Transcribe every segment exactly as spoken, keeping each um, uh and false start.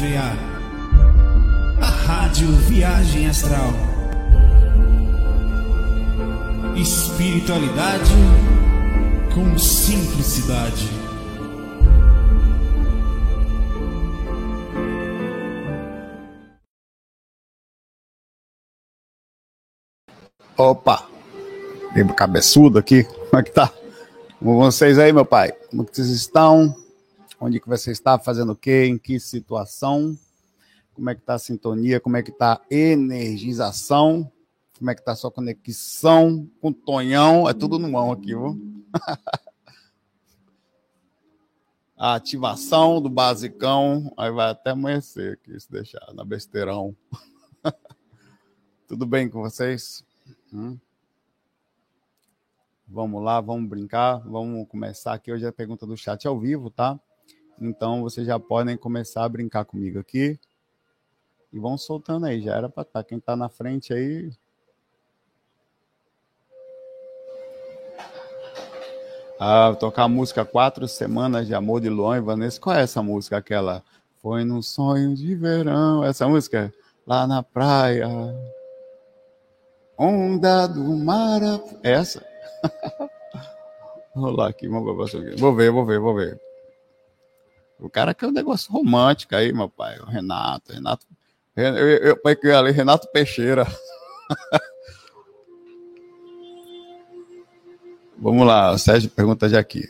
V A, a Rádio Viagem Astral. Espiritualidade com simplicidade. Opa, bem cabeçudo aqui, como é que tá? Com vocês aí, meu pai? Como que vocês estão? Onde que você está? Fazendo o quê? Em que situação? Como é que tá a sintonia? Como é que tá a energização? Como é que tá a sua conexão com o Tonhão? É tudo no mão aqui, viu? A ativação do basicão, aí vai até amanhecer aqui, se deixar, na besteirão. Tudo bem com vocês? Hum? Vamos lá, vamos brincar, vamos começar aqui. Hoje a pergunta do chat é ao vivo, tá? Então vocês já podem começar a brincar comigo aqui. E vão soltando aí, já era para estar. Quem tá na frente aí... Ah, vou tocar a música Quatro Semanas de Amor de Luan e Vanessa. Qual é essa música? Aquela? Foi num sonho de verão. Essa música? Lá na praia. Onda do mar. Essa? Vou lá aqui, vamos ver, vou ver, vou ver, vou ver. O cara quer um negócio romântico aí, meu pai. O Renato, Renato. Eu, eu, eu, ali, Renato Peixeira. Vamos lá, o Sérgio pergunta já aqui.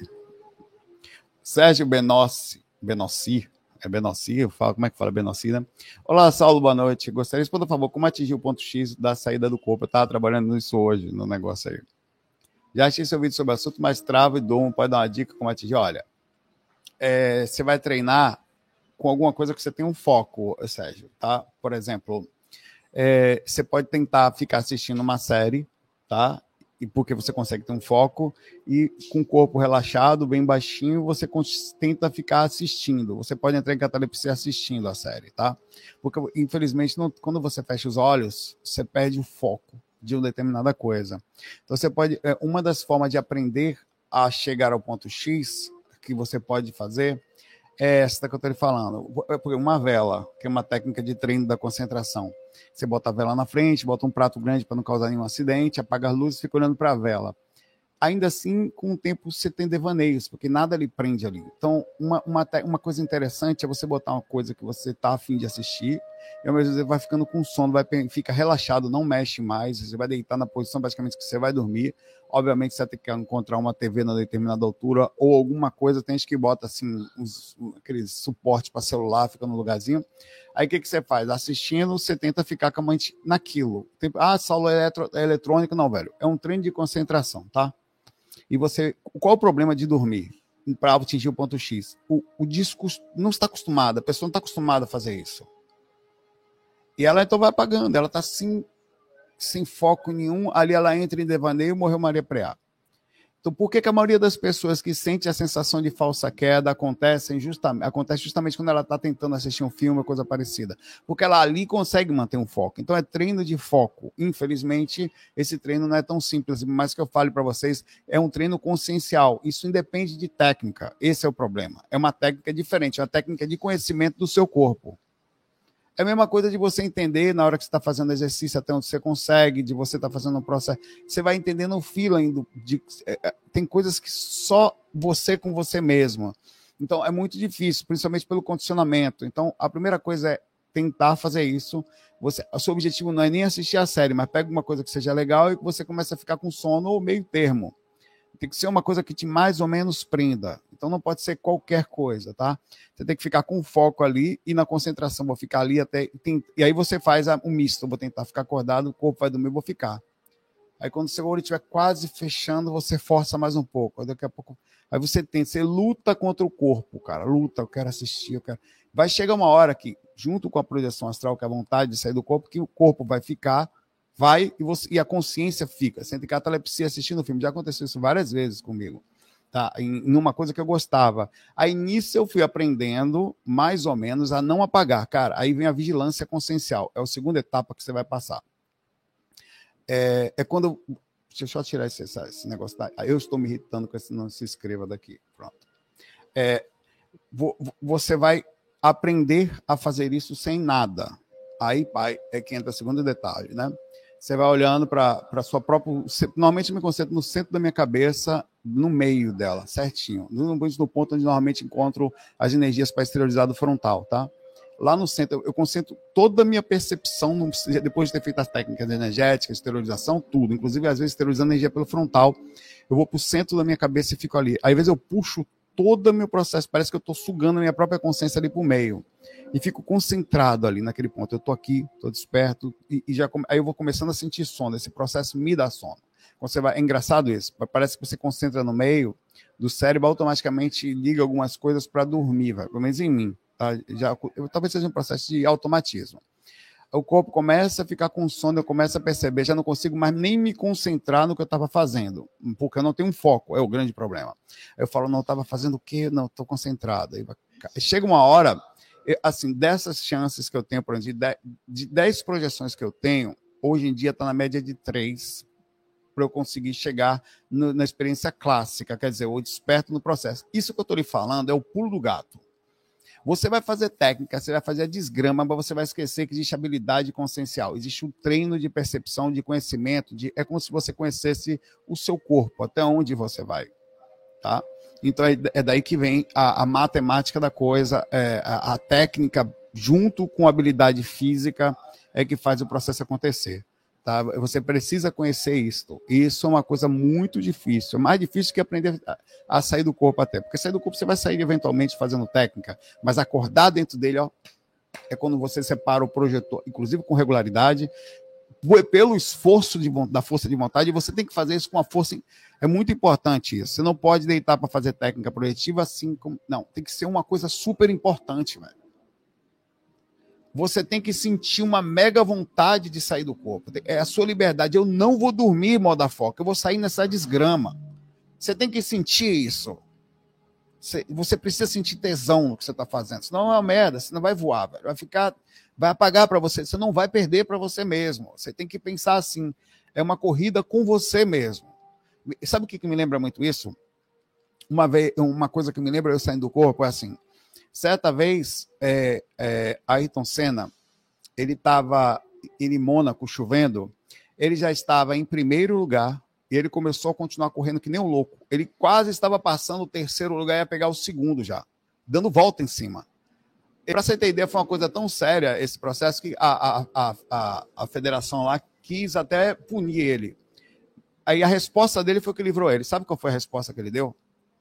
Sérgio Benossi, Benossi, é Benossi, eu falo, como é que fala Benossi, né? Olá, Saulo, boa noite. Gostaria de, por favor, como atingir o ponto X da saída do corpo? Eu estava trabalhando nisso hoje, no negócio aí. Já assisti seu vídeo sobre o assunto, mas trava e dom, pode dar uma dica como atingir? Olha, é, você vai treinar com alguma coisa que você tem um foco, Sérgio, tá? Por exemplo, é, você pode tentar ficar assistindo uma série, tá? E porque você consegue ter um foco e com o corpo relaxado, bem baixinho, você tenta ficar assistindo. Você pode entrar em catalepsia assistindo a série, tá? Porque, infelizmente, não, quando você fecha os olhos, você perde o foco de uma determinada coisa. Então, você pode... Uma das formas de aprender a chegar ao ponto X que você pode fazer é essa que eu estou lhe falando. Uma vela, que é uma técnica de treino da concentração. Você bota a vela na frente, bota um prato grande para não causar nenhum acidente, apaga as luzes e fica olhando para a vela. Ainda assim, com o tempo, você tem devaneios, porque nada lhe prende ali. Então, uma, uma, uma coisa interessante é você botar uma coisa que você está a fim de assistir, e ao mesmo tempo vai ficando com sono, vai, fica relaxado, não mexe mais, você vai deitar na posição basicamente que você vai dormir. Obviamente, você vai ter que encontrar uma T V na determinada altura, ou alguma coisa, tem gente que bota assim, uns, aqueles suportes para celular, fica no lugarzinho. Aí o que, que você faz? Assistindo, você tenta ficar com a mente naquilo. Tem, ah, Saulo é, eletro, é eletrônico. Não, velho. É um treino de concentração, tá? E você... Qual o problema de dormir para atingir o ponto X? O, o disco não está acostumado, a pessoa não está acostumada a fazer isso. E ela então vai apagando, ela está assim, sem foco nenhum, ali ela entra em devaneio e morreu Maria Preá. Então, por que, que a maioria das pessoas que sente a sensação de falsa queda acontece justamente, acontece justamente quando ela está tentando assistir um filme ou coisa parecida? Porque ela ali consegue manter um foco. Então, é treino de foco. Infelizmente, esse treino não é tão simples, mas que eu fale para vocês, é um treino consciencial. Isso independe de técnica. Esse é o problema. É uma técnica diferente, é uma técnica de conhecimento do seu corpo. É a mesma coisa de você entender na hora que você está fazendo exercício até onde você consegue, de você estar tá fazendo um processo. Você vai entendendo o feeling. De, é, tem coisas que só você com você mesmo. Então, é muito difícil, principalmente pelo condicionamento. Então, a primeira coisa é tentar fazer isso. Você, o seu objetivo não é nem assistir a série, mas pega uma coisa que seja legal e que você comece a ficar com sono ou meio termo. Tem que ser uma coisa que te mais ou menos prenda. Então não pode ser qualquer coisa, tá? Você tem que ficar com foco ali e na concentração. Vou ficar ali até... Tem, e aí você faz um misto. Vou tentar ficar acordado, o corpo vai dormir, vou ficar. Aí quando o seu olho estiver quase fechando, você força mais um pouco. Aí daqui a pouco... Aí você tem, você luta contra o corpo, cara. Luta, eu quero assistir, eu quero... Vai chegar uma hora que, junto com a projeção astral, que é a vontade de sair do corpo, que o corpo vai ficar... Vai e, você, e a consciência fica. Você tem catalepsia assistindo o filme. Já aconteceu isso várias vezes comigo. Tá? Em, em uma coisa que eu gostava. Aí nisso eu fui aprendendo, mais ou menos, a não apagar. Cara, aí vem a vigilância consciencial. É a segunda etapa que você vai passar. É, é quando... Deixa eu só tirar esse, esse negócio. Da, eu estou me irritando com esse não se inscreva daqui. Pronto. É, você vai aprender a fazer isso sem nada. Aí, pai, é que entra o segundo detalhe, né? Você vai olhando para a sua própria... Normalmente eu me concentro no centro da minha cabeça, no meio dela, certinho. No, no ponto onde normalmente encontro as energias para exteriorizar do frontal, tá? Lá no centro, eu concentro toda a minha percepção, no, depois de ter feito as técnicas energéticas, esterilização, tudo. Inclusive, às vezes, esterilizando energia pelo frontal. Eu vou para o centro da minha cabeça e fico ali. Às vezes eu puxo todo o meu processo, parece que eu estou sugando a minha própria consciência ali para o meio. E fico concentrado ali naquele ponto. Eu estou aqui, estou desperto, e, e já come... aí eu vou começando a sentir sono. Esse processo me dá sono. Quando você vai... É engraçado isso. Parece que você concentra no meio do cérebro, automaticamente liga algumas coisas para dormir, vai. Pelo menos em mim. Tá? Já... Eu, talvez seja um processo de automatismo. O corpo começa a ficar com sono, eu começo a perceber, já não consigo mais nem me concentrar no que eu estava fazendo, porque eu não tenho um foco, é o grande problema. Eu falo, não, eu estava fazendo o quê? Não, estou concentrado. Aí vai... Chega uma hora, eu, assim, dessas chances que eu tenho, por exemplo, de dez projeções que eu tenho, hoje em dia está na média de três, para eu conseguir chegar no, na experiência clássica, quer dizer, eu desperto no processo. Isso que eu estou lhe falando é o pulo do gato. Você vai fazer técnica, você vai fazer a desgrama, mas você vai esquecer que existe habilidade consciencial, existe um treino de percepção, de conhecimento, de, é como se você conhecesse o seu corpo, até onde você vai, tá? Então é, é daí que vem a, a matemática da coisa, é, a, a técnica junto com a habilidade física é que faz o processo acontecer. Tá? Você precisa conhecer isso. Isso é uma coisa muito difícil. É mais difícil que aprender a, a sair do corpo até. Porque sair do corpo você vai sair eventualmente fazendo técnica, mas acordar dentro dele, ó, é quando você separa o projetor, inclusive com regularidade, pelo esforço de, da força de vontade, você tem que fazer isso com a força. É muito importante isso. Você não pode deitar para fazer técnica projetiva assim como. Não, tem que ser uma coisa super importante, velho. Você tem que sentir uma mega vontade de sair do corpo. É a sua liberdade. Eu não vou dormir, moda foca. Eu vou sair nessa desgrama. Você tem que sentir isso. Você, você precisa sentir tesão no que você está fazendo. Senão é uma merda. Você não vai voar, velho. Vai ficar, vai apagar para você. Você não vai perder para você mesmo. Você tem que pensar assim. É uma corrida com você mesmo. Sabe o que, que me lembra muito isso? Uma, vez, uma coisa que me lembra eu saindo do corpo é assim. Certa vez, é, é, Ayrton Senna, ele estava em Mônaco, chovendo, ele já estava em primeiro lugar e ele começou a continuar correndo que nem um louco. Ele quase estava passando o terceiro lugar e ia pegar o segundo já, dando volta em cima. Para você ter ideia, foi uma coisa tão séria esse processo que a, a, a, a, a federação lá quis até punir ele. Aí a resposta dele foi que livrou ele. Sabe qual foi a resposta que ele deu?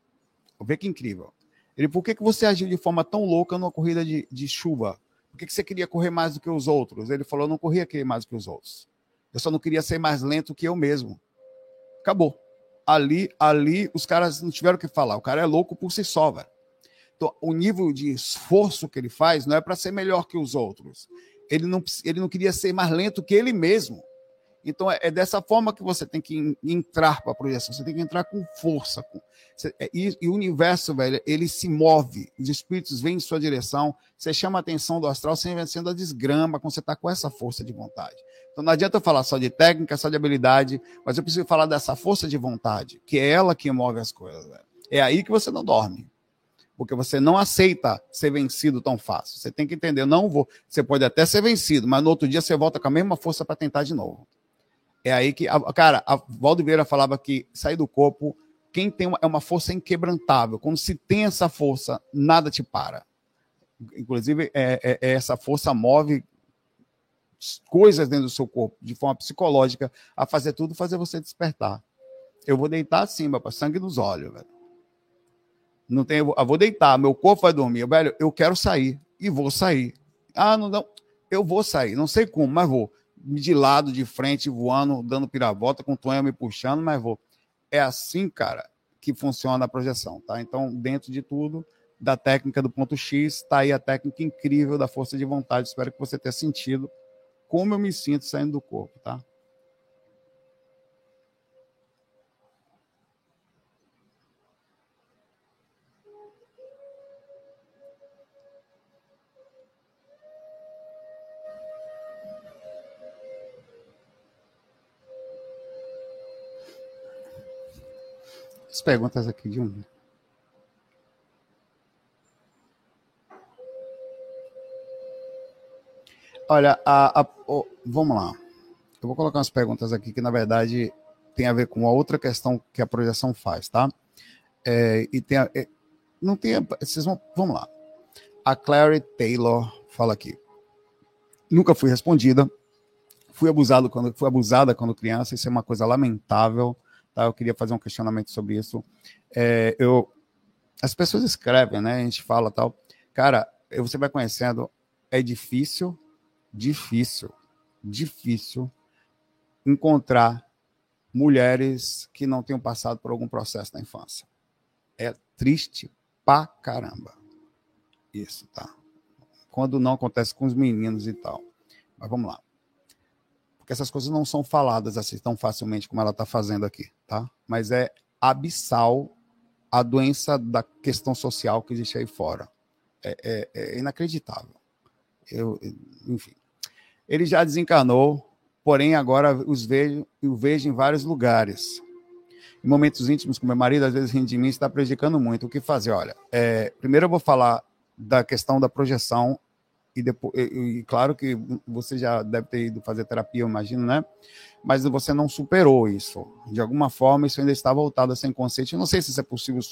Vê que incrível. Ele, por que, que você agiu de forma tão louca numa corrida de, de chuva? Por que, que você queria correr mais do que os outros? Ele falou, eu não corria querer mais do que os outros. Eu só não queria ser mais lento que eu mesmo. Acabou. Ali, ali, os caras não tiveram o que falar. O cara é louco por si só, velho. Então, o nível de esforço que ele faz não é para ser melhor que os outros. Ele não, ele não queria ser mais lento que ele mesmo. Então, é, é dessa forma que você tem que entrar para a projeção. Você tem que entrar com força. Com, você, e, e o universo, velho, ele se move. Os espíritos vêm em sua direção. Você chama a atenção do astral sem vencendo a desgrama quando você está com essa força de vontade. Então, não adianta eu falar só de técnica, só de habilidade, mas eu preciso falar dessa força de vontade, que é ela que move as coisas. Velho. É aí que você não dorme. Porque você não aceita ser vencido tão fácil. Você tem que entender, eu não vou. Você pode até ser vencido, mas no outro dia você volta com a mesma força para tentar de novo. É aí que, a, cara, a Valdo Vieira falava que sair do corpo, quem tem uma, é uma força inquebrantável. Quando se tem essa força, nada te para. Inclusive, é, é, essa força move coisas dentro do seu corpo, de forma psicológica, a fazer tudo, fazer você despertar. Eu vou deitar assim, para sangue nos olhos, velho. Não tem, eu vou deitar, meu corpo vai dormir. Velho, eu quero sair, e vou sair. Ah, não, não, eu vou sair, não sei como, mas vou. De lado, de frente, voando, dando piravolta, com o Tonha me puxando, mas vou. É assim, cara, que funciona a projeção, tá? Então, dentro de tudo, da técnica do ponto X, está aí a técnica incrível da força de vontade. Espero que você tenha sentido como eu me sinto saindo do corpo, tá? As perguntas aqui de um. Olha, a, a, oh, vamos lá. Eu vou colocar umas perguntas aqui que, na verdade, tem a ver com a outra questão que a projeção faz, tá? É, e tem a, é, não tem a, vocês vão, vamos lá. A Clary Taylor fala aqui. Nunca fui respondida. Fui abusado quando fui abusada quando criança. Isso é uma coisa lamentável, tá? Eu queria fazer um questionamento sobre isso. É, eu, as pessoas escrevem, né? A gente fala tal. Cara, você vai conhecendo. É difícil, difícil, difícil encontrar mulheres que não tenham passado por algum processo na infância. É triste pra caramba. Isso, tá? Quando não acontece com os meninos e tal. Mas vamos lá. Porque essas coisas não são faladas assim tão facilmente como ela está fazendo aqui, tá? Mas é abissal a doença da questão social que existe aí fora. É, é, é inacreditável. Eu, enfim. Ele já desencarnou, porém agora os vejo, eu vejo em vários lugares. Em momentos íntimos com meu marido, às vezes rindo de mim, está prejudicando muito. O que fazer? Olha, é, primeiro eu vou falar da questão da projeção e, depois, e, e claro que você já deve ter ido fazer terapia, eu imagino, né? Mas você não superou isso. De alguma forma, isso ainda está voltado a ser inconsciente. Eu não sei se isso é possível,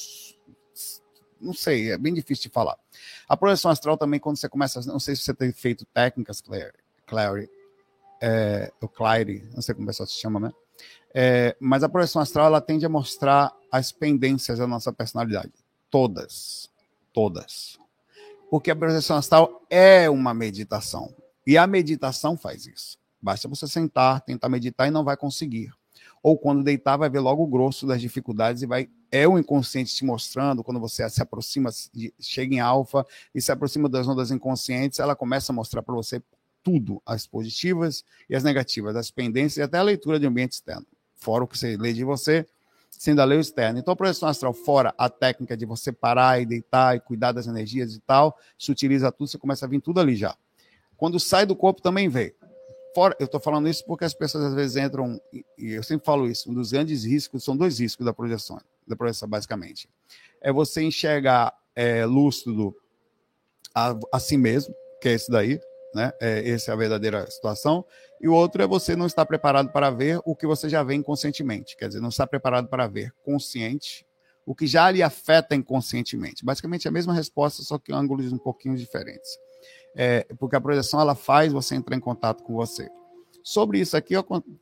não sei, é bem difícil de falar. A projeção astral também, quando você começa, não sei se você tem feito técnicas, Clary, Clary é, o Clary, não sei como o pessoal se chama, né? É, mas a projeção astral, ela tende a mostrar as pendências da nossa personalidade. Todas. Todas. Porque a projeção astral é uma meditação. E a meditação faz isso. Basta você sentar, tentar meditar e não vai conseguir. Ou quando deitar, vai ver logo o grosso das dificuldades e vai... É o inconsciente te mostrando, quando você se aproxima, chega em alfa e se aproxima das ondas inconscientes, ela começa a mostrar para você tudo, as positivas e as negativas, as pendências e até a leitura de ambiente externo. Fora o que você lê de você, sendo a lei externa. Então, a projeção astral, fora a técnica de você parar e deitar e cuidar das energias e tal, se utiliza tudo, você começa a vir tudo ali já. Quando sai do corpo, também vem. Fora, eu estou falando isso porque as pessoas às vezes entram, e eu sempre falo isso, um dos grandes riscos, são dois riscos da projeção, da projeção basicamente. É você enxergar é, lúcido a, a si mesmo, que é isso daí, né? É, essa é a verdadeira situação. E o outro é você não estar preparado para ver o que você já vê inconscientemente. Quer dizer, não estar preparado para ver consciente o que já lhe afeta inconscientemente. Basicamente a mesma resposta, só que ângulos um pouquinho diferentes. É, porque a projeção, ela faz você entrar em contato com você. Sobre isso aqui, eu,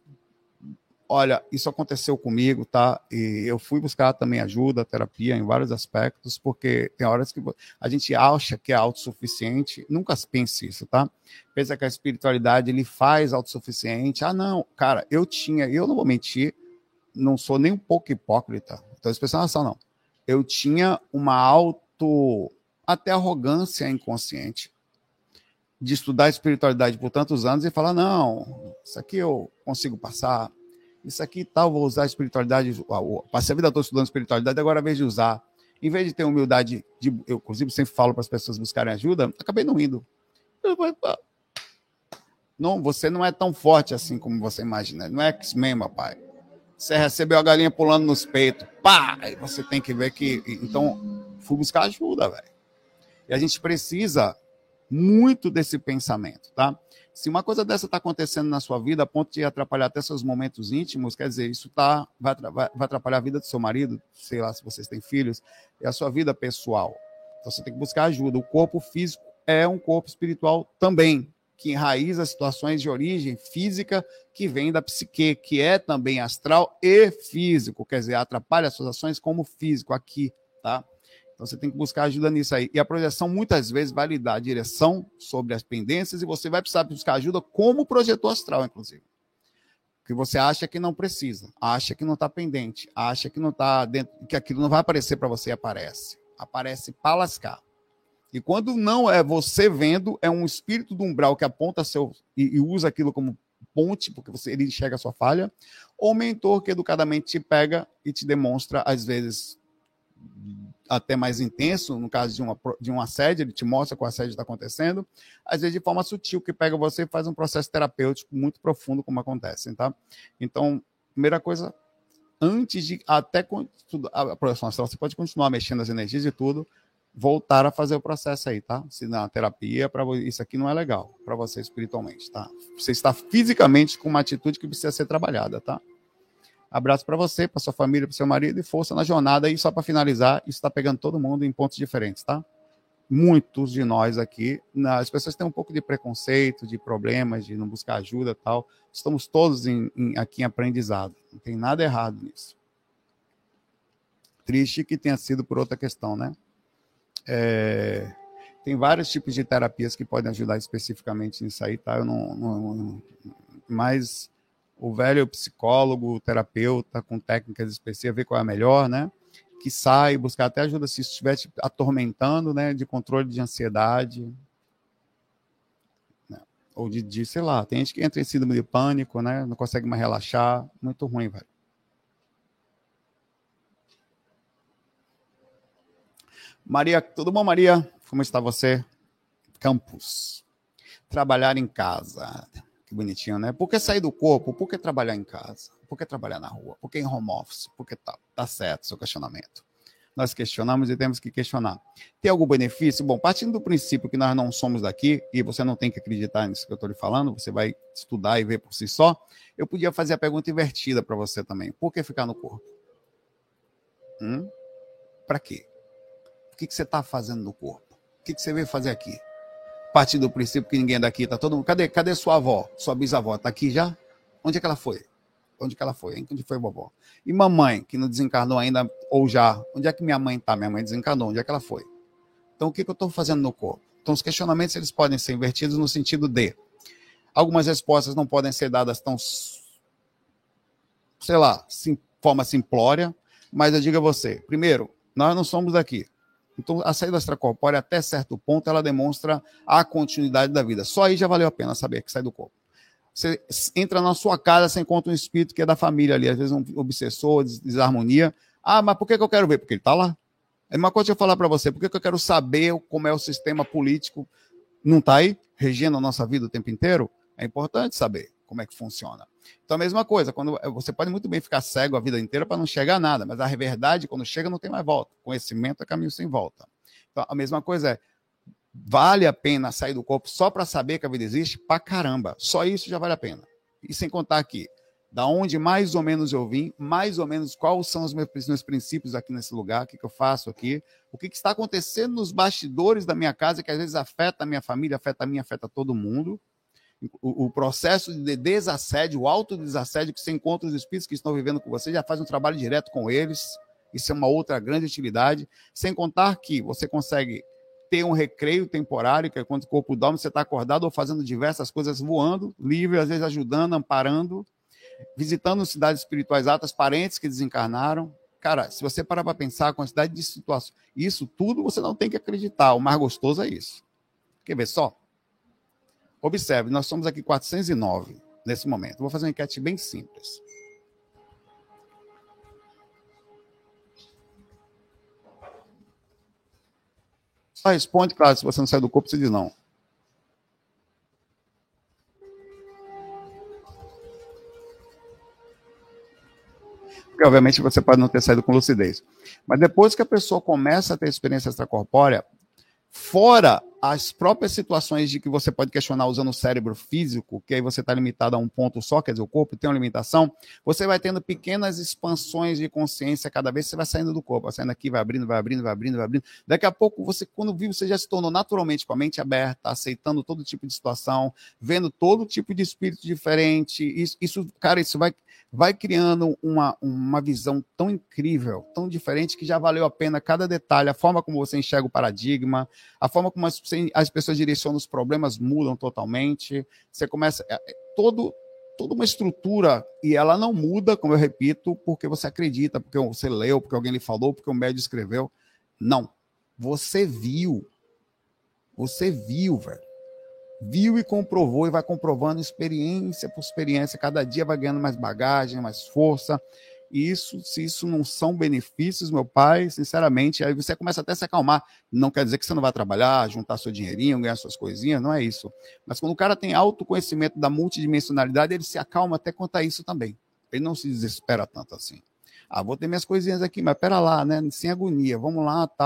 olha, isso aconteceu comigo, tá? E eu fui buscar também ajuda, terapia em vários aspectos, porque tem horas que a gente acha que é autossuficiente. Nunca pense isso, tá? Pensa que a espiritualidade ele faz autossuficiente. Ah, não, cara, eu tinha, eu não vou mentir, não sou nem um pouco hipócrita. Então, as pessoas não, não. Eu tinha uma auto, até arrogância inconsciente de estudar a espiritualidade por tantos anos e falar, não, isso aqui eu consigo passar, isso aqui tal, vou usar a espiritualidade, passei a vida toda estudando espiritualidade, agora é a vez de usar. Em vez de ter humildade, de, eu inclusive sempre falo para as pessoas buscarem ajuda, acabei não indo. Não, você não é tão forte assim como você imagina, não é X-Men, meu pai. Você recebeu a galinha pulando nos peitos, pá! Aí você tem que ver que... Então, fui buscar ajuda, velho. E a gente precisa muito desse pensamento, tá? Se uma coisa dessa está acontecendo na sua vida, a ponto de atrapalhar até seus momentos íntimos, quer dizer, isso tá, vai, vai, vai atrapalhar a vida do seu marido, sei lá se vocês têm filhos, e a sua vida pessoal. Então você tem que buscar ajuda. O corpo físico é um corpo espiritual também, que enraiza situações de origem física que vem da psique, que é também astral e físico, quer dizer, atrapalha as suas ações como físico aqui, tá? Então, você tem que buscar ajuda nisso aí. E a projeção, muitas vezes, vai lhe dar direção sobre as pendências e você vai precisar buscar ajuda como projetor astral, inclusive. Porque você acha que não precisa, acha que não está pendente, acha que não está dentro, que aquilo não vai aparecer para você e aparece. Aparece para lascar. E quando não é você vendo, é um espírito do umbral que aponta seu e, e usa aquilo como ponte, porque você, ele enxerga a sua falha, ou mentor que educadamente te pega e te demonstra, às vezes, até mais intenso, no caso de, uma, de um assédio, ele te mostra que o assédio está acontecendo, às vezes de forma sutil, que pega você e faz um processo terapêutico muito profundo, como acontece, tá? Então, primeira coisa, antes de até a projeção astral, você pode continuar mexendo as energias e tudo, voltar a fazer o processo aí, tá? Se na terapia, para isso aqui não é legal para você espiritualmente, tá? Você está fisicamente com uma atitude que precisa ser trabalhada, tá? Abraço para você, para sua família, para seu marido e força na jornada. E só para finalizar, isso está pegando todo mundo em pontos diferentes, tá? Muitos de nós aqui, as pessoas têm um pouco de preconceito, de problemas, de não buscar ajuda e tal. Estamos todos em, em, aqui em aprendizado. Não tem nada errado nisso. Triste que tenha sido por outra questão, né? É, tem vários tipos de terapias que podem ajudar especificamente nisso aí, tá? Eu não, não, não, mas o velho psicólogo, o terapeuta com técnicas específicas, ver qual é a melhor, né? Que sai, buscar até ajuda se estiver te atormentando, né? De controle de ansiedade, né? Ou de, de, sei lá, tem gente que entra em síndrome de pânico, né? Não consegue mais relaxar, muito ruim, velho. Maria, tudo bom, Maria? Como está você? Campos. Trabalhar em casa. Que bonitinho, né? Por que sair do corpo? Por que trabalhar em casa? Por que trabalhar na rua? Por que em home office? Por que tá, tá certo seu questionamento? Nós questionamos e temos que questionar. Tem algum benefício? Bom, partindo do princípio que nós não somos daqui, e você não tem que acreditar nisso que eu estou lhe falando, você vai estudar e ver por si só, eu podia fazer a pergunta invertida para você também. Por que ficar no corpo? Hum? Para quê? O que, que você está fazendo no corpo? O que, que você veio fazer aqui? Partir do princípio que ninguém é daqui, tá todo mundo. Cadê, cadê sua avó? Sua bisavó? Está aqui já? Onde é que ela foi? Onde que ela foi? Onde foi a vovó? E mamãe, que não desencarnou ainda, ou já? Onde é que minha mãe está? Minha mãe desencarnou. Onde é que ela foi? Então, o que, que eu estou fazendo no corpo? Então, os questionamentos eles podem ser invertidos no sentido de algumas respostas não podem ser dadas tão, sei lá, sim, forma simplória, mas eu digo a você, primeiro, nós não somos daqui. Então, a saída extracorpórea, até certo ponto, ela demonstra a continuidade da vida. Só aí já valeu a pena saber que sai do corpo. Você entra na sua casa, você encontra um espírito que é da família ali, às vezes um obsessor, desarmonia. Ah, mas por que, que eu quero ver? Porque ele está lá. É uma coisa que eu falar para você, por que, que eu quero saber como é o sistema político? Não está aí, regendo a nossa vida o tempo inteiro? É importante saber como é que funciona. Então, a mesma coisa, quando você pode muito bem ficar cego a vida inteira para não chegar a nada, mas a verdade, quando chega, não tem mais volta. Conhecimento é caminho sem volta. Então, a mesma coisa é, vale a pena sair do corpo só para saber que a vida existe? Pra caramba. Só isso já vale a pena. E sem contar aqui, da onde mais ou menos eu vim, mais ou menos quais são os meus, meus princípios aqui nesse lugar, o que, que eu faço aqui, o que, que está acontecendo nos bastidores da minha casa, que às vezes afeta a minha família, afeta a mim, afeta todo mundo. O, o processo de desassédio, o autodesassédio que você encontra os espíritos que estão vivendo com você, já faz um trabalho direto com eles. Isso é uma outra grande utilidade. Sem contar que você consegue ter um recreio temporário, que é quando o corpo dorme, você está acordado ou fazendo diversas coisas, voando, livre, às vezes ajudando, amparando, visitando cidades espirituais altas, parentes que desencarnaram. Cara, se você parar para pensar a quantidade de situações, isso tudo você não tem que acreditar. O mais gostoso é isso. Quer ver só? Observe, nós somos aqui quatrocentos e nove nesse momento. Vou fazer uma enquete bem simples. Só responde, claro, se você não sai do corpo, você diz não. Porque, obviamente, você pode não ter saído com lucidez. Mas depois que a pessoa começa a ter experiência extracorpórea, fora as próprias situações de que você pode questionar usando o cérebro físico, que aí você está limitado a um ponto só, quer dizer, o corpo tem uma limitação, você vai tendo pequenas expansões de consciência cada vez que você vai saindo do corpo, vai saindo aqui, vai abrindo, vai abrindo, vai abrindo, vai abrindo. Daqui a pouco, você, quando viu, você já se tornou naturalmente com a mente aberta, aceitando todo tipo de situação, vendo todo tipo de espírito diferente. Isso, isso cara, isso vai, vai criando uma, uma visão tão incrível, tão diferente, que já valeu a pena cada detalhe, a forma como você enxerga o paradigma, a forma como as, as pessoas direcionam os problemas mudam totalmente. Você começa... Todo, toda uma estrutura, e ela não muda, como eu repito, porque você acredita, porque você leu, porque alguém lhe falou, porque o médium escreveu. Não. Você viu. Você viu, velho. Viu e comprovou, e vai comprovando experiência por experiência. Cada dia vai ganhando mais bagagem, mais força. Isso, se isso não são benefícios, meu pai, sinceramente, aí você começa até a se acalmar. Não quer dizer que você não vai trabalhar, juntar seu dinheirinho, ganhar suas coisinhas, não é isso. Mas quando o cara tem autoconhecimento da multidimensionalidade, ele se acalma até quanto a isso também. Ele não se desespera tanto assim. Ah, vou ter minhas coisinhas aqui, mas pera lá, né? Sem agonia, vamos lá, tal.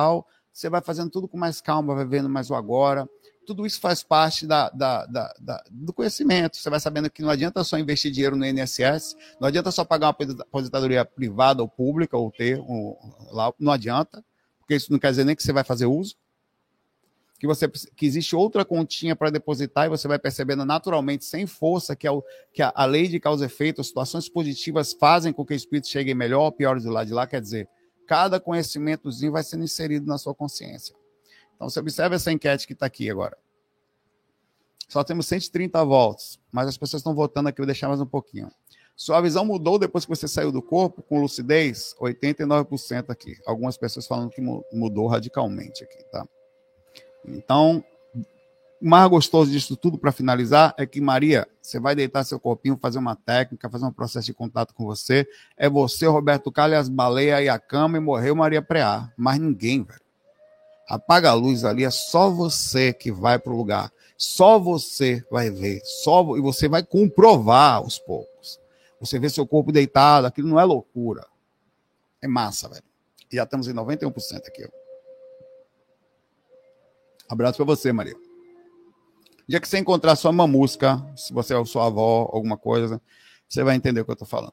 você vai fazendo tudo com mais calma, vai vendo mais o agora. Tudo isso faz parte da, da, da, da, do conhecimento. Você vai sabendo que não adianta só investir dinheiro no I N S S, não adianta só pagar uma aposentadoria privada ou pública, ou ter um, lá, não adianta, porque isso não quer dizer nem que você vai fazer uso. Que, você, que existe outra continha para depositar e você vai percebendo naturalmente, sem força, que, é o, que a, a lei de causa e efeito, as situações positivas fazem com que o espírito chegue melhor ou pior do lado de lá. Quer dizer, cada conhecimentozinho vai sendo inserido na sua consciência. Então, você observa essa enquete que está aqui agora. Só temos cento e trinta votos, mas as pessoas estão votando aqui, eu vou deixar mais um pouquinho. Sua visão mudou depois que você saiu do corpo, com lucidez? oitenta e nove por cento aqui. Algumas pessoas falando que mudou radicalmente aqui, tá? Então, o mais gostoso disso tudo, para finalizar, é que, Maria, você vai deitar seu corpinho, fazer uma técnica, fazer um processo de contato com você. É você, Roberto Carlos, as baleias e a cama, e morreu Maria Preá. Mas ninguém, velho. Apaga a luz ali, é só você que vai para o lugar. Só você vai ver. Só, e você vai comprovar aos poucos. Você vê seu corpo deitado, aquilo não é loucura. É massa, velho. E já estamos em noventa e um por cento aqui. Ó. Abraço para você, Maria. dia que você encontrar sua mamusca, se você é sua avó, alguma coisa, você vai entender o que eu estou falando.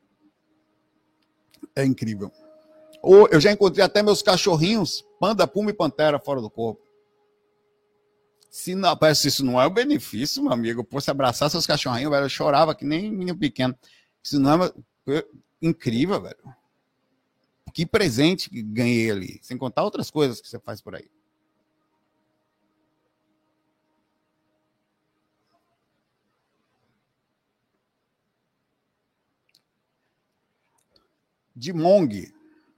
É incrível. Ou eu já encontrei até meus cachorrinhos, panda, puma e pantera fora do corpo. Se não, parece isso não é o benefício, meu amigo, pô, se abraçar seus cachorrinhos, velho, eu chorava que nem menino pequeno. Isso não é incrível, velho. Que presente que ganhei ali, sem contar outras coisas que você faz por aí. De Mong.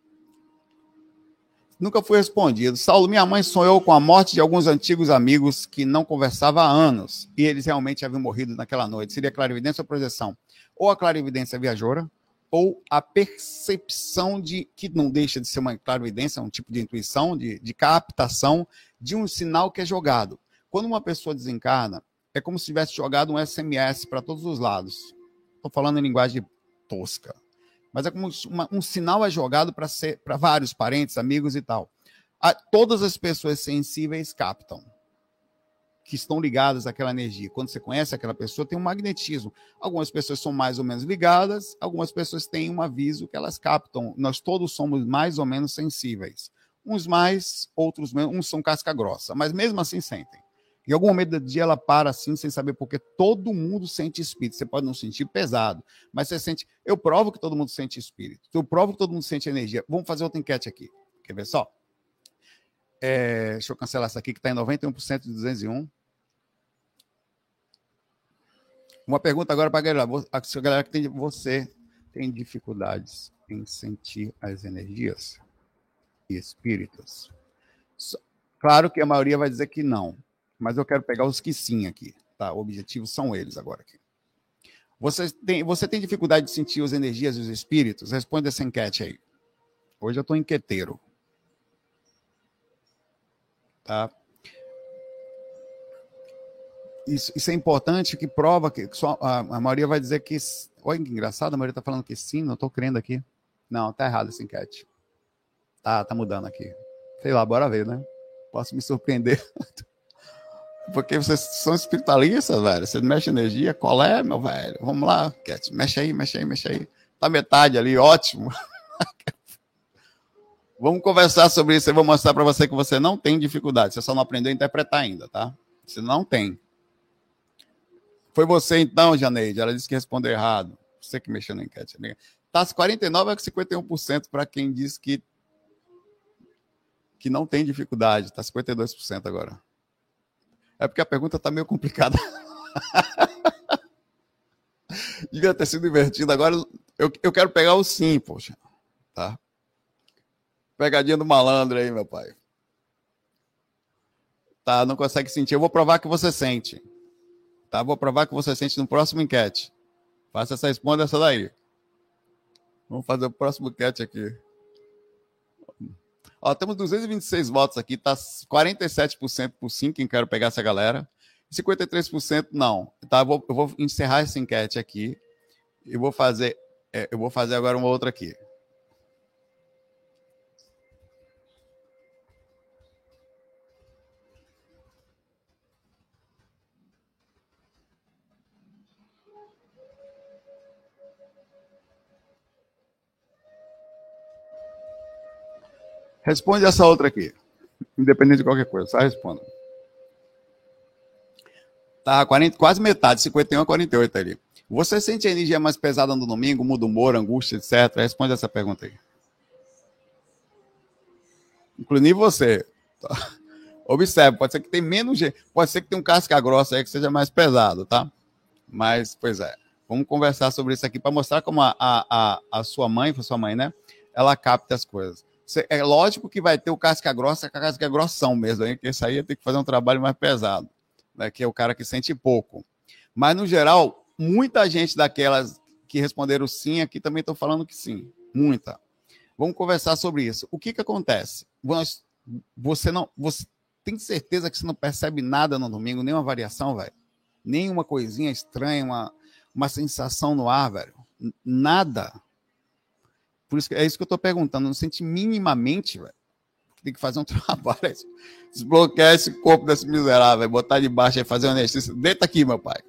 Nunca foi respondido. Saulo, minha mãe sonhou com a morte de alguns antigos amigos que não conversava há anos e eles realmente haviam morrido naquela noite. Seria clarividência ou projeção? Ou a clarividência viajoura, ou a percepção de, que não deixa de ser uma clarividência, um tipo de intuição, de, de captação de um sinal que é jogado. Quando uma pessoa desencarna, é como se tivesse jogado um S M S para todos os lados. Estou falando em linguagem tosca. Mas é como uma, um sinal é jogado para vários parentes, amigos e tal. A, todas as pessoas sensíveis captam, que estão ligadas àquela energia. Quando você conhece aquela pessoa, tem um magnetismo. Algumas pessoas são mais ou menos ligadas, algumas pessoas têm um aviso que elas captam. Nós todos somos mais ou menos sensíveis. Uns mais, outros menos, uns são casca grossa, mas mesmo assim sentem. Em algum momento do dia ela para assim, sem saber porque todo mundo sente espírito. Você pode não sentir pesado, mas você sente... Eu provo que todo mundo sente espírito. Eu provo que todo mundo sente energia. Vamos fazer outra enquete aqui. Quer ver só? É... Deixa eu cancelar essa aqui, que está em noventa e um por cento de duzentos e um. Uma pergunta agora para a galera. A galera que tem... Você tem dificuldades em sentir as energias e espíritos? Claro que a maioria vai dizer que não. Mas eu quero pegar os que sim aqui, tá? O objetivo são eles agora aqui. Você tem, você tem dificuldade de sentir as energias e os espíritos? Responde essa enquete aí. Hoje eu estou enqueteiro. Tá? Isso, isso é importante, que prova que só, a, a maioria vai dizer que... Olha que engraçado, a maioria está falando que sim, não estou crendo aqui. Não, tá errado essa enquete. Tá, tá mudando aqui. Sei lá, bora ver, né? Posso me surpreender. Porque vocês são espiritualistas, velho. Você mexe energia, qual é, meu velho? Vamos lá, Cat. Mexe aí, mexe aí, mexe aí. Tá metade ali, ótimo. Vamos conversar sobre isso. Eu vou mostrar para você que você não tem dificuldade. Você só não aprendeu a interpretar ainda, tá? Você não tem. Foi você então, Janeide. Ela disse que respondeu errado. Você que mexeu na enquete. Tá quarenta e nove a cinquenta e um por cento para quem diz que, que não tem dificuldade. Tá cinquenta e dois por cento agora. É porque a pergunta está meio complicada. Devia ter sido invertida. Agora eu, eu quero pegar o sim, poxa. Tá? Pegadinha do malandro aí, meu pai. Tá, não consegue sentir. Eu vou provar que você sente. Tá? Vou provar que você sente no próximo enquete. Faça essa, responda essa daí. Vamos fazer o próximo enquete aqui. Ó, temos duzentos e vinte e seis votos aqui, tá quarenta e sete por cento por sim, quem quer pegar essa galera. cinquenta e três por cento não. Tá, eu vou, eu vou encerrar essa enquete aqui. E vou fazer, é, eu vou fazer agora uma outra aqui. Responde essa outra aqui. Independente de qualquer coisa, só responda. Tá, quarenta, quase metade, cinquenta e um a quarenta e oito ali. Você sente a energia mais pesada no domingo, muda humor, angústia, etcétera? Responde essa pergunta aí. Inclusive você. Tá? Observe, pode ser que tem menos gente, pode ser que tenha um casca grossa aí que seja mais pesado, tá? Mas, pois é, vamos conversar sobre isso aqui para mostrar como a, a, a sua mãe, a sua mãe, né? Ela capta as coisas. É lógico que vai ter o casca grossa, a casca grossão mesmo, hein? Que isso aí tem que fazer um trabalho mais pesado, né? Que é o cara que sente pouco. Mas, no geral, muita gente daquelas que responderam sim aqui também estão falando que sim. Muita. Vamos conversar sobre isso. O que que acontece? Você não... Você tem certeza que você não percebe nada no domingo, nenhuma variação, velho? Nenhuma coisinha estranha, uma, uma sensação no ar, velho? Nada. Por isso que é isso que eu estou perguntando. Não sente minimamente, velho? Tem que fazer um trabalho. Desbloquear esse corpo desse miserável, botar de baixo e fazer um exercício. Deita aqui, meu pai.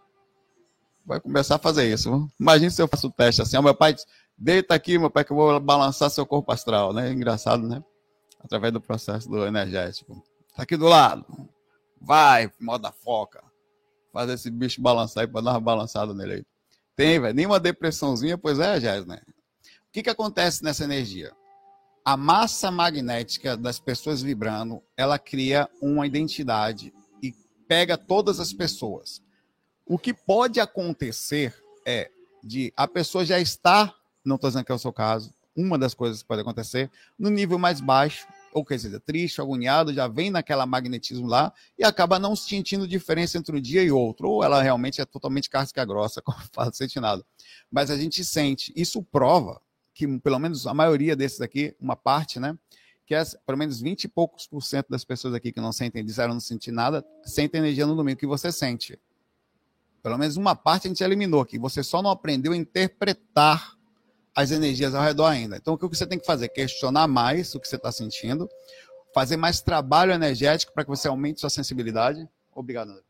Vai começar a fazer isso. Imagina se eu faço o teste assim. Ó, meu pai diz, deita aqui, meu pai, que eu vou balançar seu corpo astral, né? Engraçado, né? Através do processo do energético. Tá aqui do lado. Vai, modo da foca. Faz esse bicho balançar aí para dar uma balançada nele aí. Tem, velho. Nenhuma depressãozinha, pois é, Jéssica, né? O que que acontece nessa energia? A massa magnética das pessoas vibrando, ela cria uma identidade e pega todas as pessoas. O que pode acontecer é de a pessoa já estar, não estou dizendo que é o seu caso, uma das coisas que pode acontecer, no nível mais baixo, ou quer dizer, triste, agoniado, já vem naquela magnetismo lá e acaba não sentindo diferença entre um dia e outro. Ou ela realmente é totalmente casca grossa, como fala, não sente nada. Mas a gente sente. Isso prova que, pelo menos a maioria desses aqui, uma parte, né? Que é, pelo menos vinte e poucos por cento das pessoas aqui que não sentem, disseram não sentir nada, sentem energia no domingo que você sente. Pelo menos uma parte a gente eliminou aqui. Você só não aprendeu a interpretar as energias ao redor ainda. Então, o que você tem que fazer? Questionar mais o que você está sentindo, fazer mais trabalho energético para que você aumente sua sensibilidade. Obrigado, André.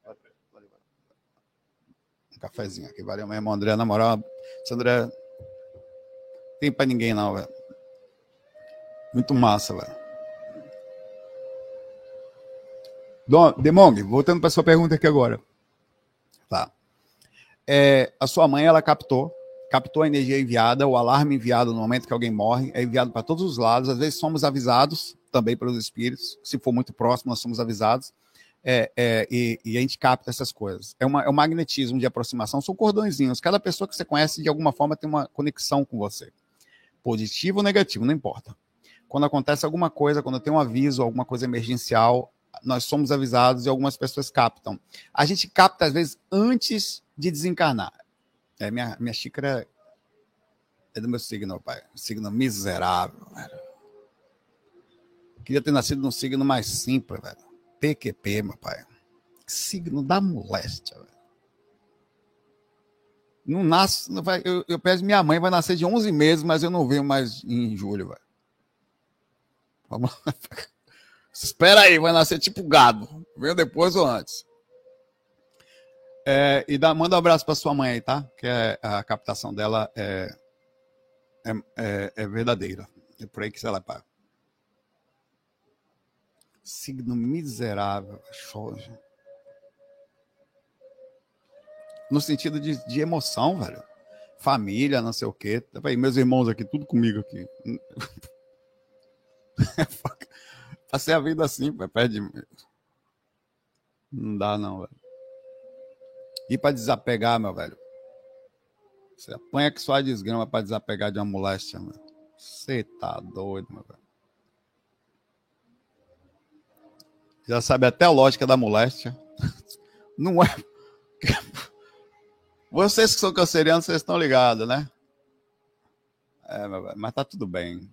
Um cafezinho aqui. Valeu mesmo, André. Na moral, esse André tem para ninguém não, velho. Muito massa, velho. Demong, voltando para sua pergunta aqui agora. Tá. É, a sua mãe, ela captou captou a energia enviada, o alarme enviado no momento que alguém morre, é enviado para todos os lados. Às vezes somos avisados também pelos espíritos, se for muito próximo, nós somos avisados, é, é, e, e a gente capta essas coisas. É, uma, é um magnetismo de aproximação, são cordõezinhos. Cada pessoa que você conhece, de alguma forma, tem uma conexão com você. Positivo ou negativo, não importa. Quando acontece alguma coisa, quando tem um aviso, alguma coisa emergencial, nós somos avisados e algumas pessoas captam. A gente capta, às vezes, antes de desencarnar. É, minha, minha xícara é do meu signo, pai. Signo miserável, velho. Queria ter nascido num signo mais simples, velho. P Q P, meu pai. Signo da moléstia, velho. Não nasce, não vai, eu, eu peço minha mãe vai nascer de onze meses, mas eu não venho mais em julho, velho. Vamos lá. Espera aí, vai nascer tipo gado. Veio depois ou antes. É, e dá, manda um abraço para sua mãe aí, tá? Que é, a captação dela é, é, é, é verdadeira. É por aí que ela paga. Signo miserável. Xoja. No sentido de, de emoção, velho. Família, não sei o quê. Meus irmãos aqui, tudo comigo aqui. Passei a vida assim, perde. Não dá, não, velho. E para desapegar, meu velho? Você apanha que só a desgrama para desapegar de uma moléstia, meu. Você tá doido, meu velho. Já sabe até a lógica da moléstia. Não é. Vocês que são cancerianos, vocês estão ligados, né? É, meu velho, mas tá tudo bem.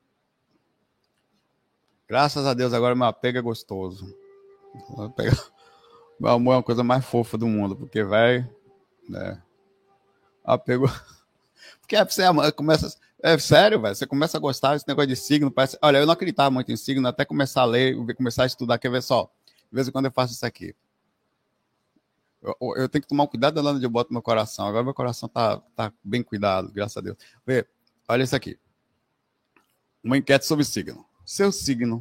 Graças a Deus, agora meu apego é gostoso. Vou pegar. Meu amor é uma coisa mais fofa do mundo, porque, velho, né? Apego. Porque é, você começa. É sério, velho. Você começa a gostar desse negócio de signo. Parece... Olha, eu não acreditava muito em signo, até começar a ler, começar a estudar. Quer ver só? De vez em quando eu faço isso aqui. Eu, eu tenho que tomar um cuidado da onde eu boto meu coração. Agora meu coração tá, tá bem cuidado, graças a Deus. Vê, olha isso aqui. Uma enquete sobre signo. Seu signo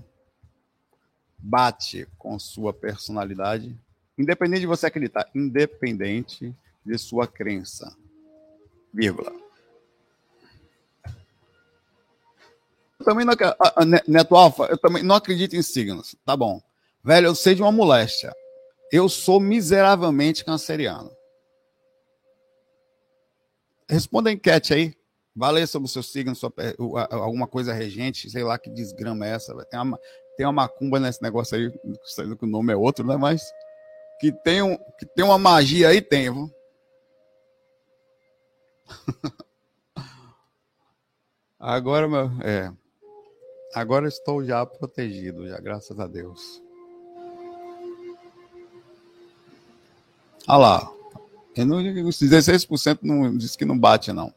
bate com sua personalidade, independente de você acreditar, independente de sua crença, vírgula. Eu também não, Neto Alfa, eu também não acredito em signos, tá bom. Velho, eu sei de uma moléstia. Eu sou miseravelmente canceriano. Responda a enquete aí. Valeu sobre o seu signo, sua, alguma coisa regente, sei lá que desgrama é essa. Tem uma, tem uma macumba nesse negócio aí, sendo que o nome é outro, né? Mas que tem, um, que tem uma magia aí, tem, viu? Agora, meu, é. Agora estou já protegido, já, graças a Deus. Olha lá. Eu não, os dezesseis por cento não diz que não bate, não.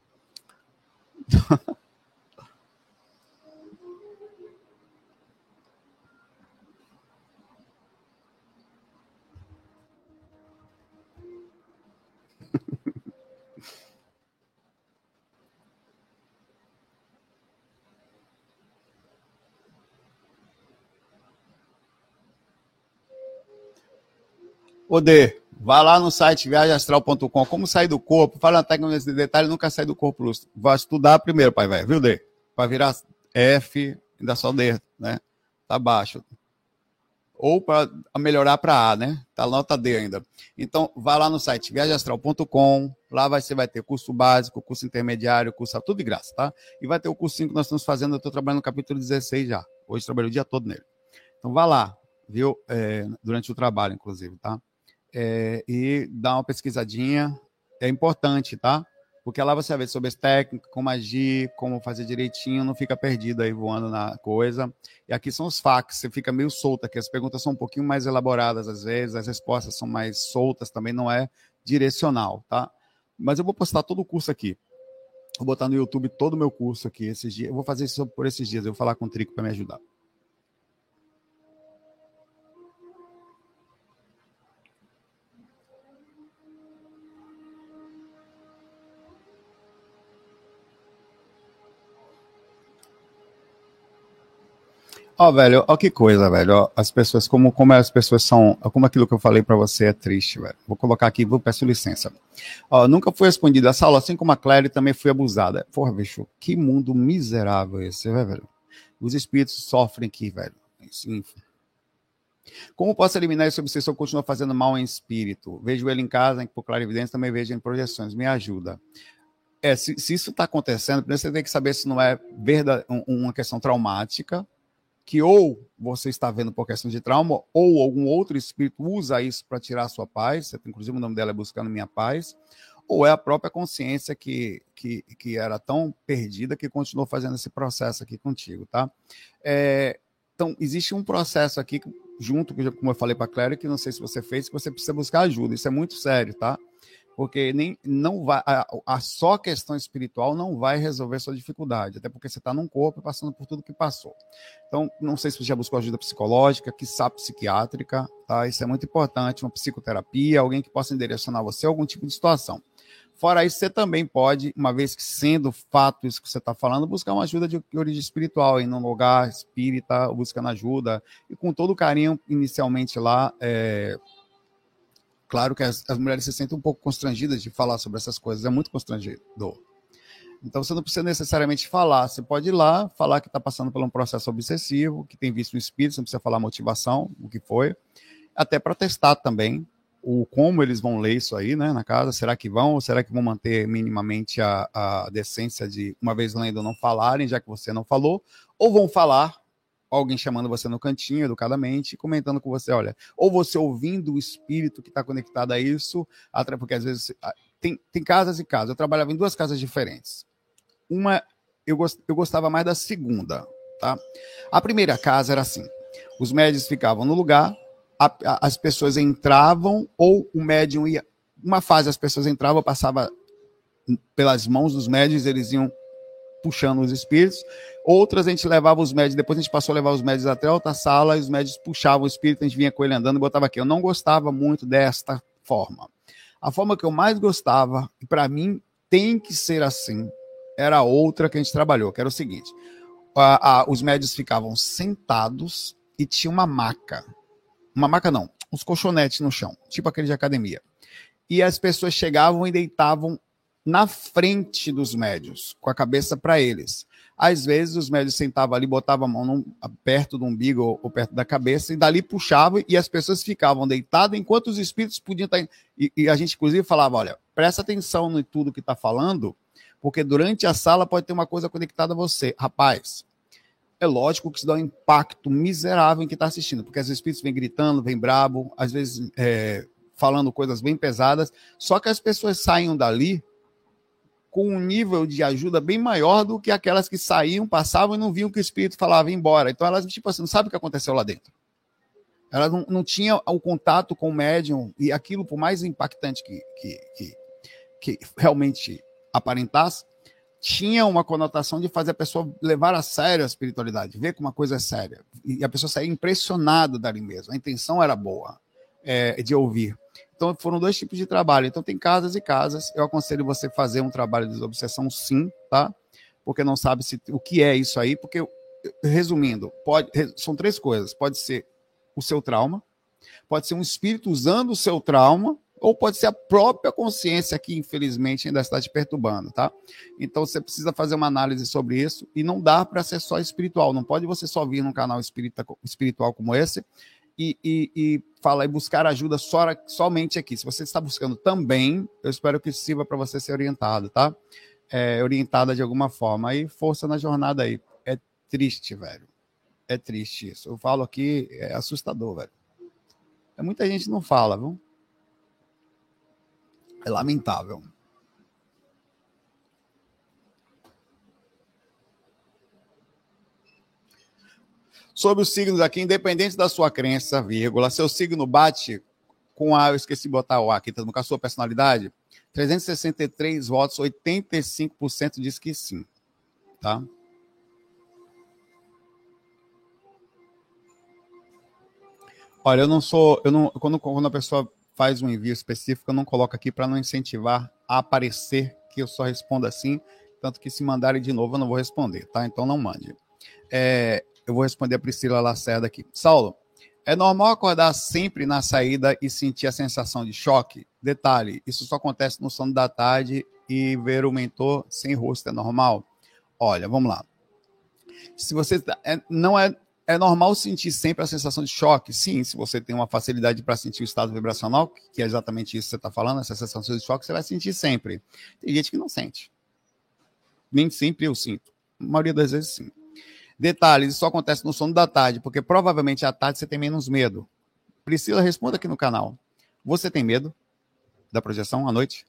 Ô, D, vá lá no site viagem astral ponto com. Como sair do corpo? Fala na técnica desse detalhe, nunca sai do corpo. Vai estudar primeiro, pai velho, viu, D? Para virar F, ainda só D, né? Tá baixo. Ou para melhorar para A, né? Tá nota D ainda. Então, vá lá no site viagem astral ponto com. Lá você vai ter curso básico, curso intermediário, curso tudo de graça, tá? E vai ter o cursinho que nós estamos fazendo. Eu estou trabalhando no capítulo dezesseis já. Hoje trabalhei o dia todo nele. Então, vá lá, viu? É, durante o trabalho, inclusive, tá? É, e dá uma pesquisadinha, é importante, tá? Porque lá você vai ver sobre as técnicas, como agir, como fazer direitinho, não fica perdido aí voando na coisa. E aqui são os facts, você fica meio solto aqui, as perguntas são um pouquinho mais elaboradas às vezes, as respostas são mais soltas, também não é direcional, tá? Mas eu vou postar todo o curso aqui. Vou botar no YouTube todo o meu curso aqui esses dias. Eu vou fazer isso por esses dias, eu vou falar com o Trico para me ajudar. Ó, oh, velho, ó que coisa, velho. Ó, as pessoas, como, como as pessoas são, como aquilo que eu falei pra você é triste, velho. Vou colocar aqui, vou peço licença. Ó, nunca fui respondida essa aula, assim como a Claire também fui abusada. Porra, bicho, que mundo miserável esse, velho. Os espíritos sofrem aqui, velho. Enfim. Como posso eliminar esse obsessor que continua fazendo mal em espírito? Vejo ele em casa, em, por clarividência, também vejo em projeções. Me ajuda. É, se, se isso tá acontecendo, primeiro você tem que saber se não é verdade, um, uma questão traumática, que ou você está vendo por questão de trauma, ou algum outro espírito usa isso para tirar a sua paz, inclusive o nome dela é Buscando Minha Paz, ou é a própria consciência que, que, que era tão perdida que continuou fazendo esse processo aqui contigo, tá? É, então, existe um processo aqui, junto, como eu falei para a Cléria, que não sei se você fez, que você precisa buscar ajuda, isso é muito sério, tá? Porque nem, não vai, a, a só questão espiritual não vai resolver sua dificuldade, até porque você está num corpo passando por tudo que passou. Então, não sei se você já buscou ajuda psicológica, quiçá psiquiátrica, tá? Isso é muito importante, uma psicoterapia, alguém que possa direcionar você a algum tipo de situação. Fora isso, você também pode, uma vez que sendo fato isso que você está falando, buscar uma ajuda de origem espiritual, em um lugar espírita, buscando ajuda, e com todo o carinho, inicialmente lá, é... Claro que as, as mulheres se sentem um pouco constrangidas de falar sobre essas coisas, é muito constrangedor. Então você não precisa necessariamente falar, você pode ir lá, falar que está passando por um processo obsessivo, que tem visto um espírito, você não precisa falar a motivação, o que foi, até para testar também o como eles vão ler isso aí, né, na casa, será que vão ou será que vão manter minimamente a, a decência de, uma vez lendo, não falarem, já que você não falou, ou vão falar, alguém chamando você no cantinho, educadamente, comentando com você, olha, ou você ouvindo o espírito que está conectado a isso, porque às vezes tem, tem casas e casas, eu trabalhava em duas casas diferentes. Uma, eu, gost, eu gostava mais da segunda, tá? A primeira casa era assim, os médios ficavam no lugar, a, a, as pessoas entravam, ou o médium ia, uma fase as pessoas entravam, passava pelas mãos dos médios, eles iam puxando os espíritos, outras a gente levava os médios, depois a gente passou a levar os médios até a outra sala, e os médios puxavam o espírito, a gente vinha com ele andando e botava aqui. Eu não gostava muito desta forma. A forma que eu mais gostava, e para mim tem que ser assim, era outra que a gente trabalhou, que era o seguinte, a, a, os médios ficavam sentados e tinha uma maca. Uma maca não, uns colchonetes no chão, tipo aquele de academia. E as pessoas chegavam e deitavam na frente dos médios, com a cabeça para eles. Às vezes os médios sentavam ali, botavam a mão num, perto do umbigo ou, ou perto da cabeça, e dali puxavam, e as pessoas ficavam deitadas, enquanto os espíritos podiam estar... E, e a gente, inclusive, falava, olha, presta atenção em tudo que está falando, porque durante a sala pode ter uma coisa conectada a você. Rapaz, é lógico que isso dá um impacto miserável em quem está assistindo, porque os espíritos vêm gritando, vêm brabo, às vezes é, falando coisas bem pesadas, só que as pessoas saem dali com um nível de ajuda bem maior do que aquelas que saíam, passavam e não viam que o espírito falava e ia embora. Então elas, tipo assim, não sabem o que aconteceu lá dentro. Elas não, não tinham o contato com o médium, e aquilo, por mais impactante que, que, que, que realmente aparentasse, tinha uma conotação de fazer a pessoa levar a sério a espiritualidade, ver como uma coisa é séria. E a pessoa saía impressionada dali mesmo. A intenção era boa, é, de ouvir. Então, foram dois tipos de trabalho. Então, tem casas e casas. Eu aconselho você fazer um trabalho de desobsessão, sim, tá? Porque não sabe se, o que é isso aí. Porque, resumindo, pode, são três coisas. Pode ser o seu trauma, pode ser um espírito usando o seu trauma, ou pode ser a própria consciência que, infelizmente, ainda está te perturbando, tá? Então, você precisa fazer uma análise sobre isso, e não dá para ser só espiritual. Não pode você só vir num canal espírita, espiritual como esse, E, e, e fala e buscar ajuda só, somente aqui. Se você está buscando também, eu espero que sirva para você ser orientado, tá? É, orientada de alguma forma. Aí, força na jornada aí. É triste, velho. É triste isso. Eu falo aqui, é assustador, velho. É, muita gente não fala, viu? É lamentável. Sobre os signos aqui, independente da sua crença, vírgula, seu signo bate com a... Eu esqueci de botar o A aqui, com a sua personalidade. trezentos e sessenta e três votos, oitenta e cinco por cento diz que sim. Tá? Olha, eu não sou... Eu não, quando, quando a pessoa faz um envio específico, eu não coloco aqui para não incentivar a aparecer que eu só respondo assim, tanto que se mandarem de novo eu não vou responder, tá? Então não mande. É... Eu vou responder a Priscila Lacerda aqui. Saulo, é normal acordar sempre na saída e sentir a sensação de choque? Detalhe, isso só acontece no sono da tarde e ver o mentor sem rosto é normal? Olha, vamos lá. Se você é, não é, é normal sentir sempre a sensação de choque? Sim, se você tem uma facilidade para sentir o estado vibracional, que é exatamente isso que você está falando, essa sensação de choque, você vai sentir sempre. Tem gente que não sente. Nem sempre eu sinto. A maioria das vezes, sim. Detalhes, isso só acontece no sono da tarde, porque provavelmente à tarde você tem menos medo. Priscila, responda aqui no canal. Você tem medo da projeção à noite?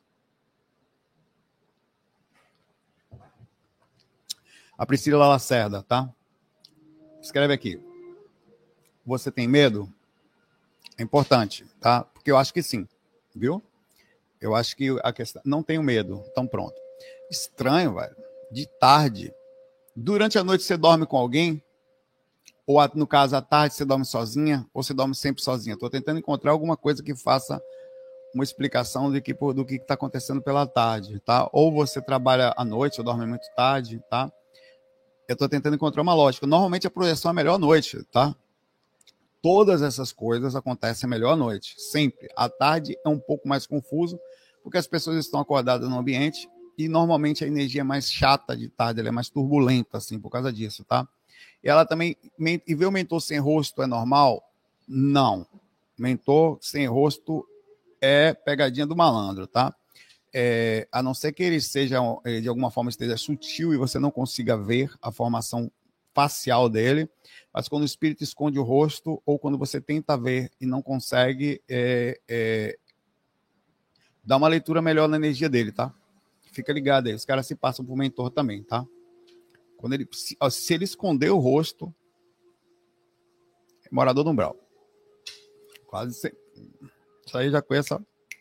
A Priscila Lacerda, tá? Escreve aqui. Você tem medo? É importante, tá? Porque eu acho que sim, viu? Eu acho que a questão... Não tenho medo, então pronto. Estranho, velho. De tarde... Durante a noite você dorme com alguém? Ou, no caso, à tarde você dorme sozinha? Ou você dorme sempre sozinha? Estou tentando encontrar alguma coisa que faça uma explicação de que, do que está acontecendo pela tarde, tá? Ou você trabalha à noite, ou dorme muito tarde, tá? Eu estou tentando encontrar uma lógica. Normalmente a projeção é melhor à noite, tá? Todas essas coisas acontecem melhor à noite, sempre. À tarde é um pouco mais confuso, porque as pessoas estão acordadas no ambiente, e normalmente a energia é mais chata de tarde, ela é mais turbulenta, assim, por causa disso, tá? E ela também... E ver o mentor sem rosto é normal? Não. Mentor sem rosto é pegadinha do malandro, tá? É, a não ser que ele seja, de alguma forma, esteja sutil e você não consiga ver a formação facial dele, mas quando o espírito esconde o rosto, ou quando você tenta ver e não consegue, é, é, dá uma leitura melhor na energia dele, tá? Fica ligado aí, os caras se passam por mentor também, tá? Quando ele, se, ó, se ele esconder o rosto, é morador do umbral. Quase sempre. Isso aí já conhece,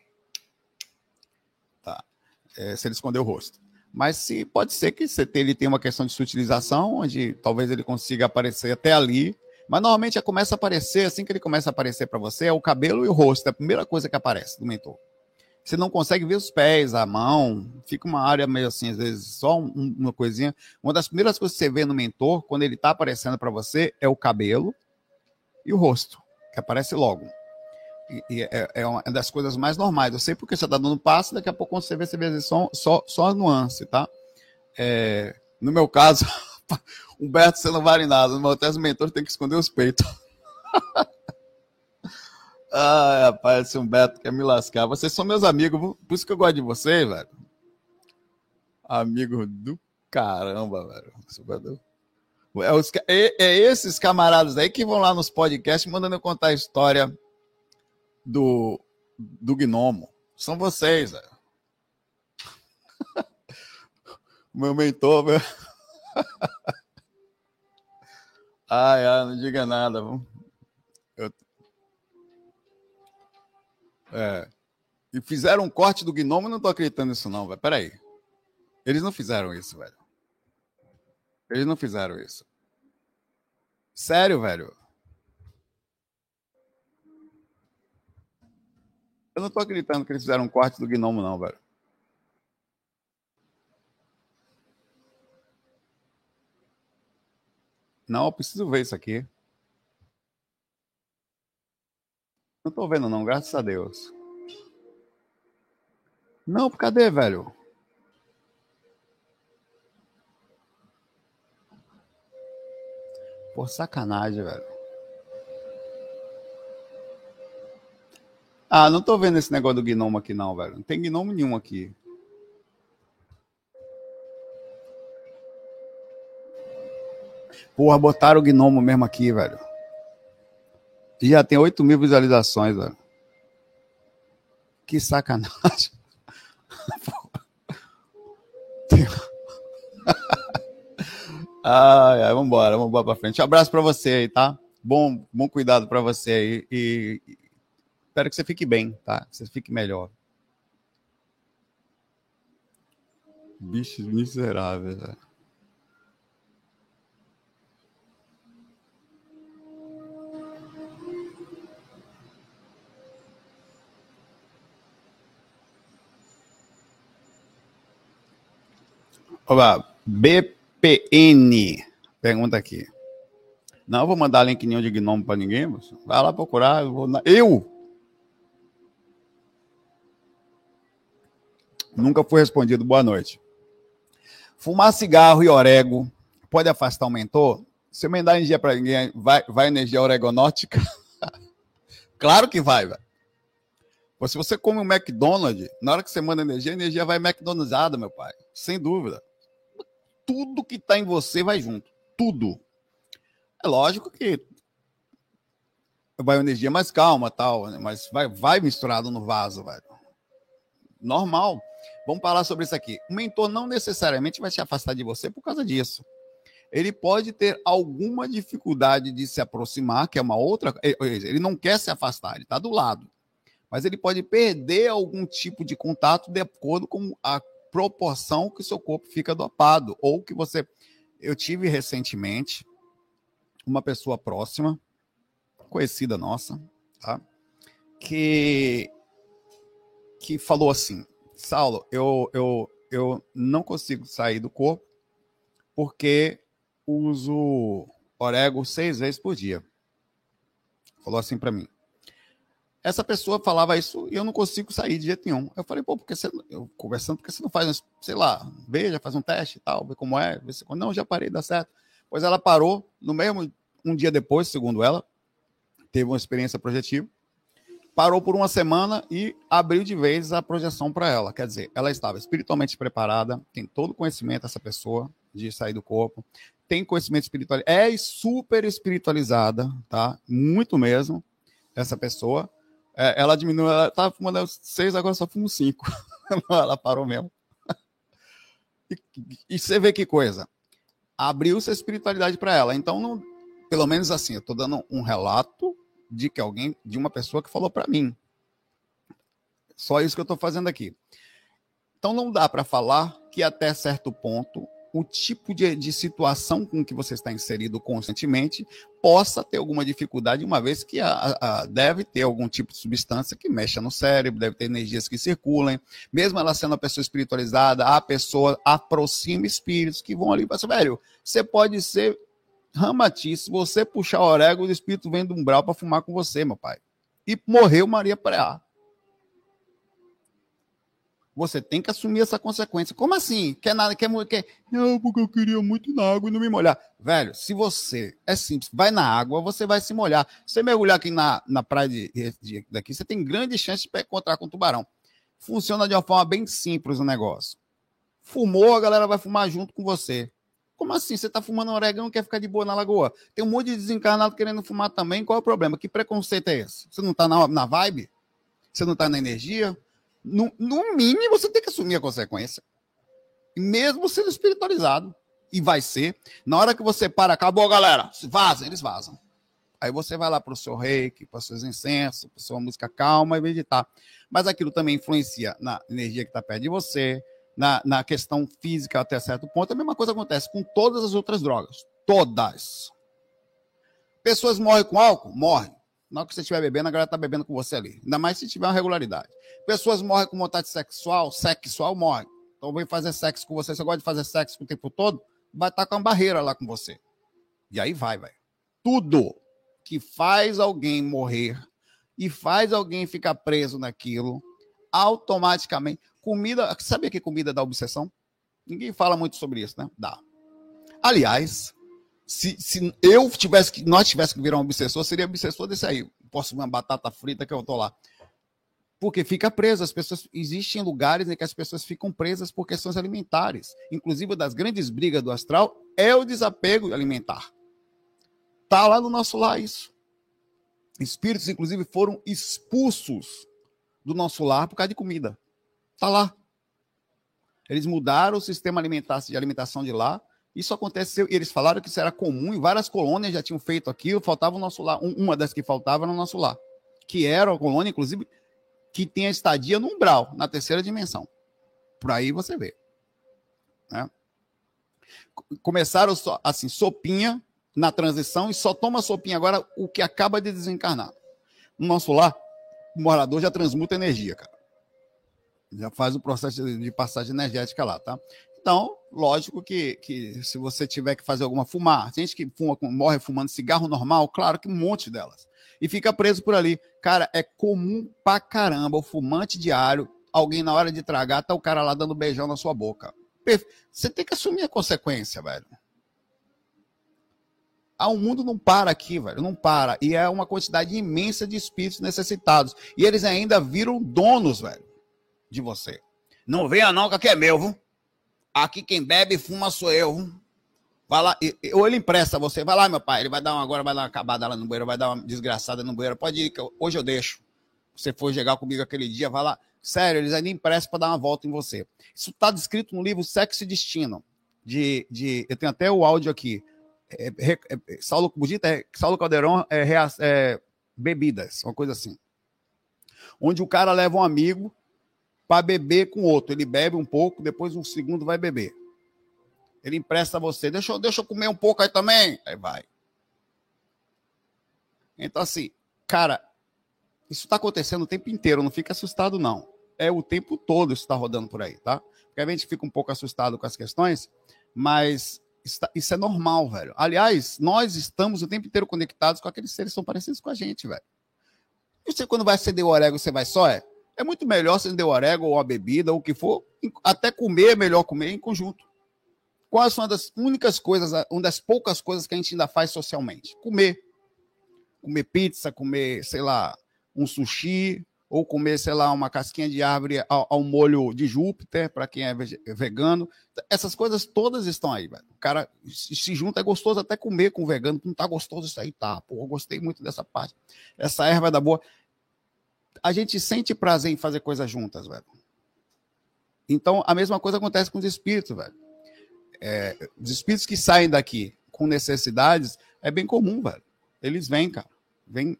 tá? É, se ele esconder o rosto. Mas se, pode ser que você, ele tenha uma questão de sutilização, onde talvez ele consiga aparecer até ali, mas normalmente começa a aparecer, assim que ele começa a aparecer para você, é o cabelo e o rosto, é a primeira coisa que aparece do mentor. Você não consegue ver os pés, a mão, fica uma área meio assim, às vezes, só um, uma coisinha. Uma das primeiras coisas que você vê no mentor, quando ele está aparecendo para você, é o cabelo e o rosto, que aparece logo. E, e é, é uma das coisas mais normais. Eu sei porque você está dando passo, daqui a pouco quando você vê, você vê só, só, só a nuance, tá? É, no meu caso, Humberto, você não vale nada. No meu teste, o mentor tem que esconder os peitos. Ai, rapaz, esse Humberto quer me lascar. Vocês são meus amigos, por isso que eu gosto de vocês, velho. Amigo do caramba, velho. É, os, é, é esses camaradas aí que vão lá nos podcasts mandando eu contar a história do, do gnomo. São vocês, velho. Meu mentor, meu... Ai, ai, não diga nada. Eu... É. E fizeram um corte do gnomo, não tô acreditando nisso não, velho. Peraí. Eles não fizeram isso, velho. Eles não fizeram isso. Sério, velho. Eu não tô acreditando que eles fizeram um corte do gnomo, não, velho. Não, eu preciso ver isso aqui. Não tô vendo, não, graças a Deus. Não, cadê, velho? Por sacanagem, velho. Ah, não tô vendo esse negócio do gnomo aqui, não, velho. Não tem gnomo nenhum aqui. Porra, botaram o gnomo mesmo aqui, velho. E já tem oito mil visualizações, velho. Que sacanagem. Ai, ai, vambora, vambora pra frente. Um abraço pra você aí, tá? Bom, bom cuidado pra você aí. E, e espero que você fique bem, tá? Que você fique melhor. Bichos miseráveis, velho. Olá, B P N pergunta aqui. Não, eu vou mandar link nenhum de gnomo para ninguém. Moço. Vai lá procurar. Eu, vou... eu nunca fui respondido. Boa noite. Fumar cigarro e orego pode afastar o mentor? Se eu mandar energia para ninguém, vai, vai energia oregonótica? Claro que vai, velho. Se você come um McDonald's, na hora que você manda energia, a energia vai McDonald'sada, meu pai. Sem dúvida. Tudo que está em você vai junto. Tudo. É lógico que vai uma energia mais calma, tal, né? Mas vai, vai misturado no vaso, velho. Normal. Vamos falar sobre isso aqui. O mentor não necessariamente vai te afastar de você por causa disso. Ele pode ter alguma dificuldade de se aproximar, que é uma outra... Ele não quer se afastar, ele está do lado. Mas ele pode perder algum tipo de contato de acordo com a proporção que o seu corpo fica dopado. Ou que você... Eu tive recentemente uma pessoa próxima, conhecida nossa, tá? Que, que falou assim, Saulo, eu, eu, eu não consigo sair do corpo porque uso orego seis vezes por dia. Falou assim para mim. Essa pessoa falava isso e eu não consigo sair de jeito nenhum. Eu falei, pô, porque você, eu conversando, porque você não faz, sei lá, veja, faz um teste e tal, vê como é. Vê se, não, já parei, dá certo. Pois ela parou, no mesmo, um dia depois, segundo ela, teve uma experiência projetiva, parou por uma semana e abriu de vez a projeção para ela. Quer dizer, ela estava espiritualmente preparada, tem todo o conhecimento, essa pessoa, de sair do corpo, tem conhecimento espiritual, é super espiritualizada, tá? Muito mesmo, essa pessoa. É, ela diminuiu, ela estava fumando seis, agora só fumo cinco. Ela parou mesmo. E, e você vê que coisa. Abriu-se a espiritualidade para ela. Então, não, pelo menos assim, eu estou dando um relato de que alguém, de uma pessoa que falou para mim. Só isso que eu estou fazendo aqui. Então, não dá para falar que até certo ponto o tipo de, de situação com que você está inserido constantemente possa ter alguma dificuldade, uma vez que a, a, deve ter algum tipo de substância que mexa no cérebro, deve ter energias que circulem, mesmo ela sendo uma pessoa espiritualizada, a pessoa aproxima espíritos que vão ali e falam, velho, você pode ser Ramati, se você puxar o orégano, o espírito vem do umbral para fumar com você, meu pai. E morreu Maria Preá. Você tem que assumir essa consequência. Como assim? Quer nada, quer quer não, porque eu queria muito na água e não me molhar. Velho, se você, é simples, vai na água, você vai se molhar. Se você mergulhar aqui na, na praia de, de, daqui, você tem grande chance de encontrar com tubarão. Funciona de uma forma bem simples o negócio. Fumou, a galera vai fumar junto com você. Como assim? Você tá fumando orégano e quer ficar de boa na lagoa? Tem um monte de desencarnado querendo fumar também. Qual é o problema? Que preconceito é esse? Você não tá na, na vibe? Você não tá na energia? No, no mínimo, você tem que assumir a consequência. Mesmo sendo espiritualizado. E vai ser. Na hora que você para, acabou, galera. Vaza, eles vazam. Aí você vai lá para o seu reiki, para os seus incensos, para a sua música calma e meditar. Mas aquilo também influencia na energia que está perto de você, na, na questão física até certo ponto. A mesma coisa acontece com todas as outras drogas. Todas. Pessoas morrem com álcool? Morrem. Na hora que você estiver bebendo, a galera está bebendo com você ali. Ainda mais se tiver uma regularidade. Pessoas morrem com vontade sexual, sexual morrem. Então vem fazer sexo com você, você gosta de fazer sexo o tempo todo, vai estar com uma barreira lá com você. E aí vai, velho. Tudo que faz alguém morrer e faz alguém ficar preso naquilo, automaticamente... Comida... Sabia que comida dá obsessão? Ninguém fala muito sobre isso, né? Dá. Aliás... Se, se eu tivesse que, nós tivéssemos que virar um obsessor, seria obsessor desse aí. Posso uma batata frita que eu tô lá. Porque fica preso. As pessoas, existem lugares em que as pessoas ficam presas por questões alimentares. Inclusive, uma das grandes brigas do astral é o desapego alimentar. Tá lá no nosso lar isso. Espíritos, inclusive, foram expulsos do nosso lar por causa de comida. Tá lá. Eles mudaram o sistema alimentar, de alimentação de lá. Isso aconteceu, e eles falaram que isso era comum, e várias colônias já tinham feito aquilo, faltava o nosso lar. Uma das que faltava era o nosso lar, que era a colônia, inclusive, que tem a estadia no umbral, na terceira dimensão. Por aí você vê. Né? Começaram assim, sopinha na transição, e só toma sopinha agora o que acaba de desencarnar. No nosso lar, o morador já transmuta energia, cara. Já faz o processo de passagem energética lá, tá? Então, lógico que, que se você tiver que fazer alguma fumar, gente que fuma, morre fumando cigarro normal, claro que um monte delas. E fica preso por ali. Cara, é comum pra caramba o fumante diário, alguém na hora de tragar, tá o cara lá dando beijão na sua boca. Você tem que assumir a consequência, velho. Ah, o mundo não para aqui, velho, não para. E é uma quantidade imensa de espíritos necessitados. E eles ainda viram donos, velho, de você. Não venha não, que aqui é meu, viu? Aqui quem bebe e fuma sou eu. Vai lá, ou ele empresta você, vai lá, meu pai, ele vai dar uma, agora vai dar uma acabada lá no banheiro, vai dar uma desgraçada no banheiro, pode ir, que eu, hoje eu deixo. Você for chegar comigo aquele dia, vai lá. Sério, eles ainda emprestam para dar uma volta em você. Isso está descrito no livro Sexo e Destino. De, de, eu tenho até o áudio aqui. É, é, é, Saulo Budita, é, Saulo Caldeirão, é, é, bebidas, uma coisa assim. Onde o cara leva um amigo para beber com outro. Ele bebe um pouco, depois um segundo vai beber. Ele empresta a você. Deixa eu, deixa eu comer um pouco aí também. Aí vai. Então, assim, cara, isso está acontecendo o tempo inteiro. Não fica assustado, não. É o tempo todo isso está rodando por aí, tá? Porque a gente fica um pouco assustado com as questões, mas isso é normal, velho. Aliás, nós estamos o tempo inteiro conectados com aqueles seres que são parecidos com a gente, velho. E você, quando vai acender o orégano, você vai só, é? É muito melhor acender o orégano ou a bebida, ou o que for, até comer é melhor comer em conjunto. Quais são as únicas coisas, uma das poucas coisas que a gente ainda faz socialmente? Comer. Comer pizza, comer, sei lá, um sushi, ou comer, sei lá, uma casquinha de árvore ao, ao molho de Júpiter, para quem é vegano. Essas coisas todas estão aí, velho. O cara se junta, é gostoso até comer com o vegano, não tá gostoso isso aí, tá? Pô, eu gostei muito dessa parte. Essa erva é da boa. A gente sente prazer em fazer coisas juntas, velho. Então, a mesma coisa acontece com os espíritos, velho. É, os espíritos que saem daqui com necessidades, é bem comum, velho. Eles vêm, cara. Vêm.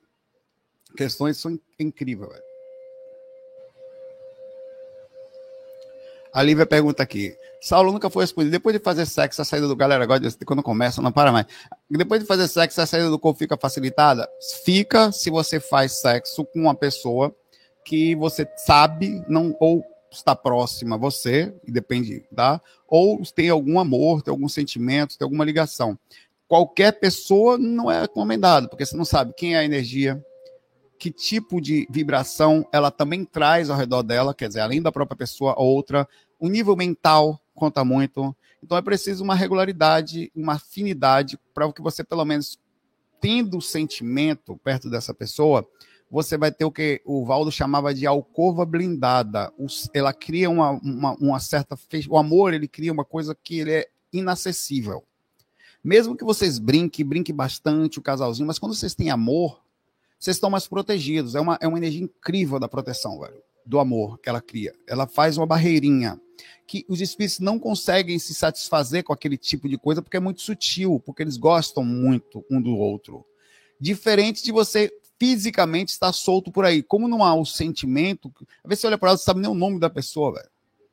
Questões são incríveis, velho. A Lívia pergunta aqui. Saulo nunca foi respondido. Depois de fazer sexo, a saída do... Galera, agora quando começa, não para mais. Depois de fazer sexo, a saída do corpo fica facilitada? Fica se você faz sexo com uma pessoa que você sabe, não, ou está próxima a você, e depende, tá? Ou tem algum amor, tem algum sentimento, tem alguma ligação. Qualquer pessoa não é recomendado, porque você não sabe quem é a energia, que tipo de vibração ela também traz ao redor dela, quer dizer, além da própria pessoa, outra. O nível mental conta muito. Então é preciso uma regularidade, uma afinidade, para que você, pelo menos, tendo sentimento perto dessa pessoa, você vai ter o que o Valdo chamava de alcova blindada. Ela cria uma, uma, uma certa... O amor, ele cria uma coisa que ele é inacessível. Mesmo que vocês brinquem, brinquem bastante, o casalzinho, mas quando vocês têm amor, vocês estão mais protegidos. É uma, é uma energia incrível da proteção, velho, do amor que ela cria. Ela faz uma barreirinha que os espíritos não conseguem se satisfazer com aquele tipo de coisa porque é muito sutil, porque eles gostam muito um do outro. Diferente de você fisicamente estar solto por aí. Como não há o sentimento, às vezes você olha para ela, você sabe nem o nome da pessoa, velho.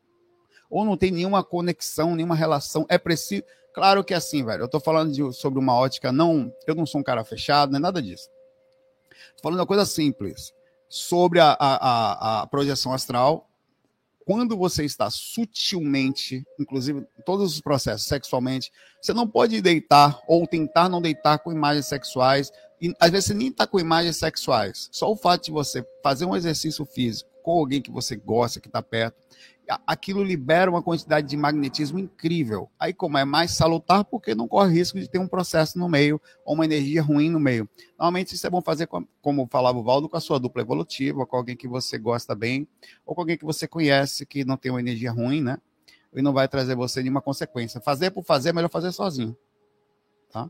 Ou não tem nenhuma conexão, nenhuma relação. É preciso... Claro que é assim, velho. Eu tô falando de, sobre uma ótica, não... Eu não sou um cara fechado, não é nada disso. Tô falando de uma coisa simples. Sobre a, a, a, a projeção astral, quando você está sutilmente, inclusive todos os processos sexualmente, você não pode deitar ou tentar não deitar com imagens sexuais. E às vezes você nem está com imagens sexuais. Só o fato de você fazer um exercício físico com alguém que você gosta, que está perto, aquilo libera uma quantidade de magnetismo incrível. Aí, como é mais salutar, porque não corre risco de ter um processo no meio, ou uma energia ruim no meio. Normalmente, isso é bom fazer, com, como falava o Valdo, com a sua dupla evolutiva, com alguém que você gosta bem, ou com alguém que você conhece, que não tem uma energia ruim, né? E não vai trazer você nenhuma consequência. Fazer por fazer, é melhor fazer sozinho. Tá?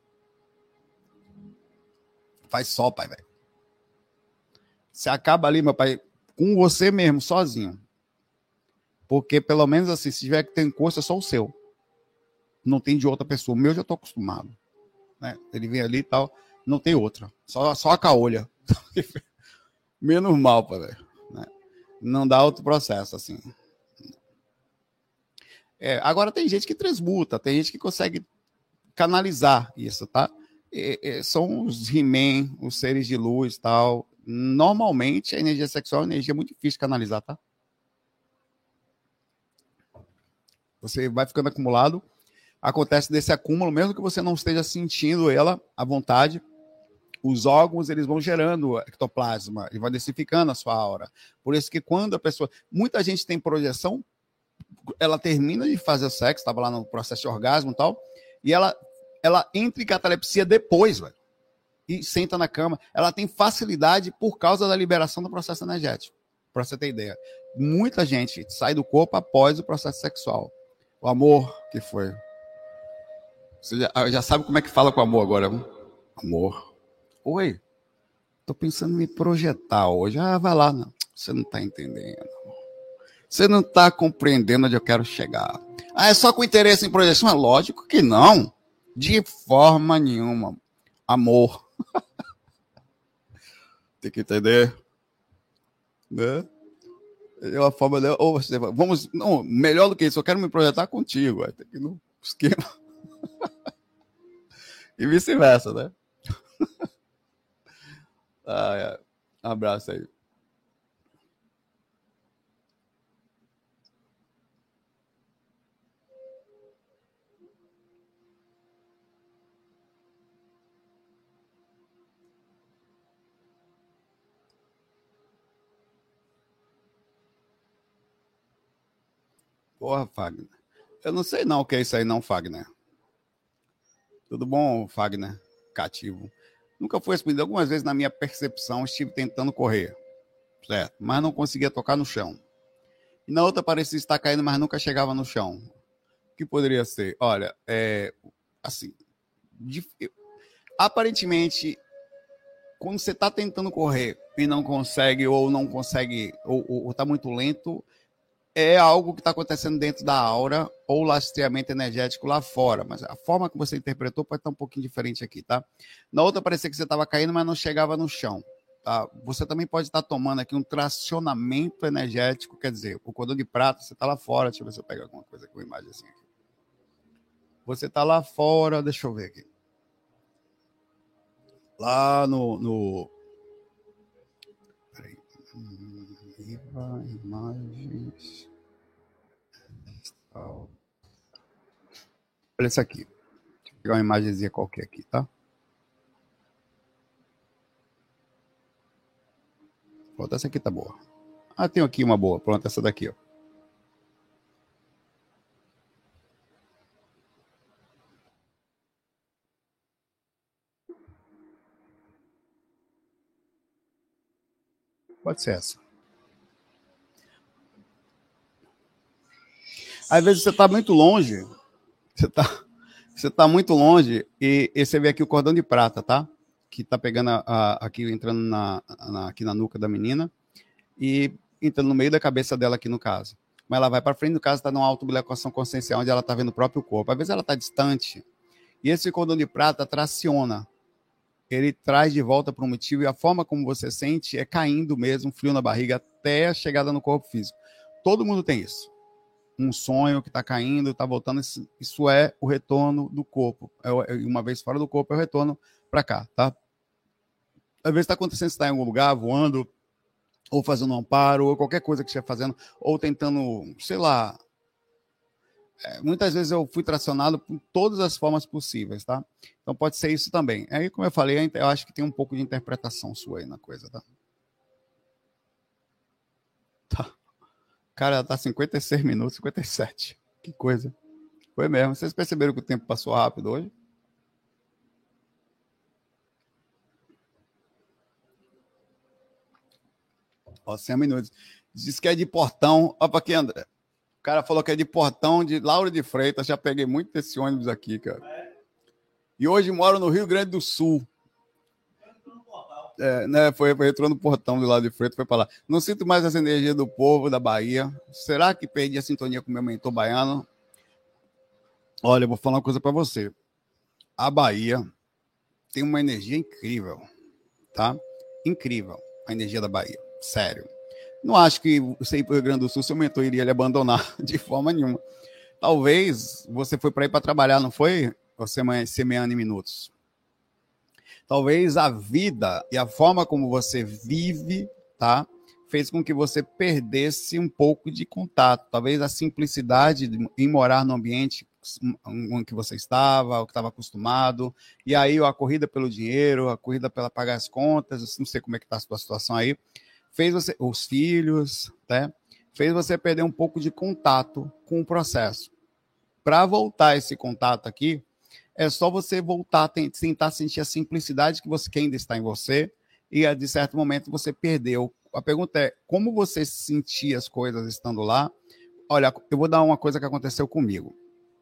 Faz só, pai, velho. Você acaba ali, meu pai, com você mesmo, sozinho. Porque, pelo menos assim, se tiver que ter encosto, é só o seu. Não tem de outra pessoa. O meu eu já estou acostumado. Né? Ele vem ali e tal, não tem outra. Só, só a caolha. Menos mal, pá, velho. Né? Não dá outro processo, assim. É, agora tem gente que transmuta, tem gente que consegue canalizar isso, tá? E, e, são os He-Man, os seres de luz e tal. Normalmente, a energia sexual é uma energia muito difícil de canalizar, tá? Você vai ficando acumulado, acontece desse acúmulo, mesmo que você não esteja sentindo ela à vontade, os órgãos eles vão gerando ectoplasma e vai densificando a sua aura. Por isso que quando a pessoa... Muita gente tem projeção, ela termina de fazer sexo, estava lá no processo de orgasmo e tal, e ela, ela entra em catalepsia depois, velho, e senta na cama. Ela tem facilidade por causa da liberação do processo energético, para você ter ideia. Muita gente sai do corpo após o processo sexual. O amor que foi. Você já, já sabe como é que fala com o amor agora. Amor. Oi. Tô pensando em me projetar hoje. Ah, vai lá. Não. Você não tá entendendo. Você não tá compreendendo onde eu quero chegar. Ah, é só com interesse em projeção? É lógico que não. De forma nenhuma. Amor. Tem que entender. Né? É uma forma de... Ou você... Vamos... Não, melhor do que isso, eu quero me projetar contigo. Tem que ir no esquema. E vice-versa, né? Ah, é. Um abraço aí. Porra, Fagner. Eu não sei não o que é isso aí não, Fagner. Tudo bom, Fagner? Cativo. Nunca fui respondido. Algumas vezes, na minha percepção, estive tentando correr. Certo? Mas não conseguia tocar no chão. E na outra parecia estar caindo, mas nunca chegava no chão. O que poderia ser? Olha, é... Assim... De, aparentemente, quando você está tentando correr e não consegue, ou não consegue, ou está muito lento... É algo que está acontecendo dentro da aura ou lastreamento energético lá fora. Mas a forma que você interpretou pode estar um pouquinho diferente aqui, tá? Na outra parecia que você estava caindo, mas não chegava no chão. tá? Você também pode estar tomando aqui um tracionamento energético, quer dizer, o cordão de prata, você está lá fora, deixa eu ver se eu pego alguma coisa com imagem assim aqui. Você está lá fora, deixa eu ver aqui. Lá no... no... Peraí. Viva imagens... Olha isso aqui. Deixa eu pegar uma imagenzinha qualquer aqui, tá? Pronto, essa aqui tá boa. Ah, tenho aqui uma boa. Pronto, essa daqui, ó. Pode ser essa. Às vezes você está muito longe, você está você tá muito longe e, e você vê aqui o cordão de prata, tá? Que tá pegando a, a, aqui, entrando na, na, aqui na nuca da menina e entrando no meio da cabeça dela aqui no caso. Mas ela vai para frente, no caso está numa autobilocação consciencial onde ela está vendo o próprio corpo. Às vezes ela está distante e esse cordão de prata traciona. Ele traz de volta para um motivo e a forma como você sente é caindo mesmo, frio na barriga, até a chegada no corpo físico. Todo mundo tem isso. Um sonho que está caindo, está voltando, isso é o retorno do corpo. É, uma vez fora do corpo, é o retorno para cá, tá? Às vezes está acontecendo, você está em algum lugar, voando, ou fazendo um amparo, ou qualquer coisa que estiver fazendo, ou tentando, sei lá. É, muitas vezes eu fui tracionado por todas as formas possíveis, tá? Então pode ser isso também. Aí, como eu falei, eu acho que tem um pouco de interpretação sua aí na coisa, tá? Tá. Cara, tá cinquenta e seis minutos, cinquenta e sete. Que coisa. Foi mesmo. Vocês perceberam que o tempo passou rápido hoje? Ó, cem minutos. Diz que é de Portão. Ó, pra aqui, André. O cara falou que é de Portão, de Lauro de Freitas. Já peguei muito desse ônibus aqui, cara. E hoje moro no Rio Grande do Sul. É, né, foi, foi, entrou no portão do lado de Freitas, foi para lá. Não sinto mais as energias do povo da Bahia. Será que perdi a sintonia com meu mentor baiano? Olha, eu vou falar uma coisa para você. A Bahia tem uma energia incrível, tá? Incrível a energia da Bahia, sério. Não acho que você ir para o Rio Grande do Sul, seu mentor iria lhe abandonar de forma nenhuma. Talvez você foi para ir para trabalhar, não foi? Você semeando em minutos. Talvez a vida e a forma como você vive, tá, fez com que você perdesse um pouco de contato. Talvez a simplicidade de, em morar no ambiente em que você estava, o que estava acostumado, e aí a corrida pelo dinheiro, a corrida pela pagar as contas, não sei como é que está a sua situação aí, fez você, os filhos, né, fez você perder um pouco de contato com o processo. Para voltar esse contato aqui, é só você voltar a tentar sentir a simplicidade que, você, que ainda está em você e, de certo momento, você perdeu. A pergunta é, como você sentia as coisas estando lá? Olha, eu vou dar uma coisa que aconteceu comigo.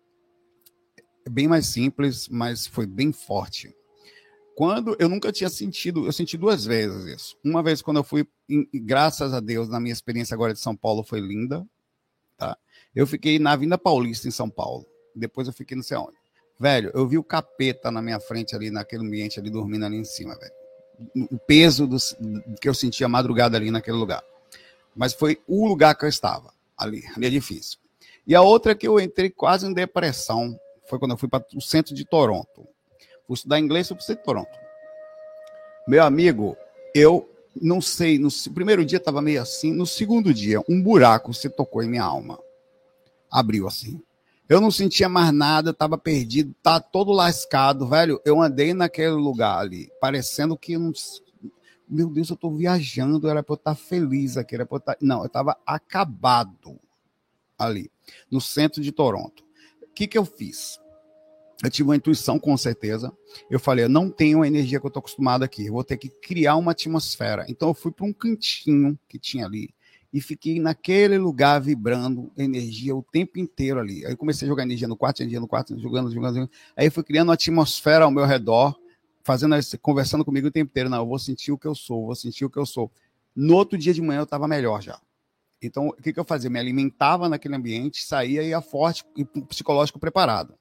É bem mais simples, mas foi bem forte. Quando eu nunca tinha sentido, eu senti duas vezes isso. Uma vez quando eu fui, graças a Deus, na minha experiência agora de São Paulo foi linda, tá? Eu fiquei na Avenida Paulista, em São Paulo. Depois eu fiquei não sei onde. Velho, eu vi o capeta na minha frente ali, naquele ambiente ali, dormindo ali em cima, velho. O peso do, do que eu sentia a madrugada ali naquele lugar. Mas foi o lugar que eu estava, ali, ali é difícil. E a outra é que eu entrei quase em depressão, foi quando eu fui para o centro de Toronto. Fui estudar inglês, fui para o centro de Toronto. Meu amigo, eu não sei, no primeiro dia estava meio assim, no segundo dia, um buraco se tocou em minha alma. Abriu assim. Eu não sentia mais nada, eu estava perdido, tá todo lascado, velho. Eu andei naquele lugar ali, parecendo que, não... meu Deus, eu estou viajando, era para eu estar feliz aqui, era para eu estar... Não, eu estava acabado ali, no centro de Toronto. O que que eu fiz? Eu tive uma intuição, com certeza. Eu falei, eu não tenho a energia que eu estou acostumado aqui, eu vou ter que criar uma atmosfera. Então eu fui para um cantinho que tinha ali, e fiquei naquele lugar vibrando energia o tempo inteiro ali. Aí comecei a jogar energia no quarto, energia no quarto, jogando, jogando, jogando. Aí fui criando uma atmosfera ao meu redor, fazendo isso, conversando comigo o tempo inteiro. Não, eu vou sentir o que eu sou, vou sentir o que eu sou. No outro dia de manhã eu estava melhor já. Então, o que, que eu fazia? Me alimentava naquele ambiente, saía e ia forte e psicológico preparado.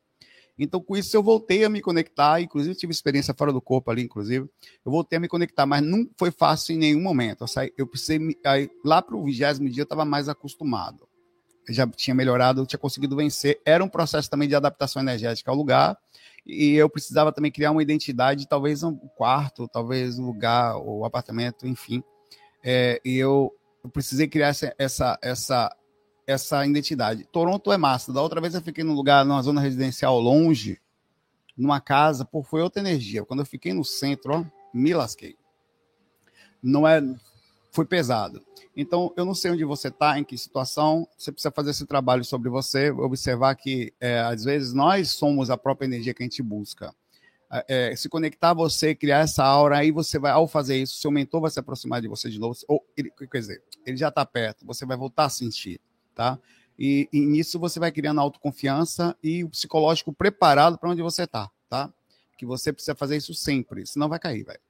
Então, com isso, eu voltei a me conectar, inclusive tive experiência fora do corpo ali, inclusive, eu voltei a me conectar, mas não foi fácil em nenhum momento. Eu, saí, eu precisei, aí, lá para o vigésimo dia, eu estava mais acostumado. Eu já tinha melhorado, eu tinha conseguido vencer. Era um processo também de adaptação energética ao lugar, e eu precisava também criar uma identidade, talvez um quarto, talvez um lugar, ou apartamento, enfim. É, e eu, eu precisei criar essa, essa, essa, essa identidade. Toronto é massa. Da outra vez eu fiquei num lugar, numa zona residencial longe, numa casa, pô, foi outra energia. Quando eu fiquei no centro, ó, me lasquei. Não é... Foi pesado. Então, eu não sei onde você está, em que situação, você precisa fazer esse trabalho sobre você, observar que, é, às vezes, nós somos a própria energia que a gente busca. É, se conectar a você, criar essa aura, aí você vai, ao fazer isso, seu mentor vai se aproximar de você de novo, ou, ele, quer dizer, ele já está perto, você vai voltar a sentir, tá? E, e nisso você vai criando autoconfiança e o psicológico preparado para onde você está, tá? Que você precisa fazer isso sempre, senão vai cair, velho.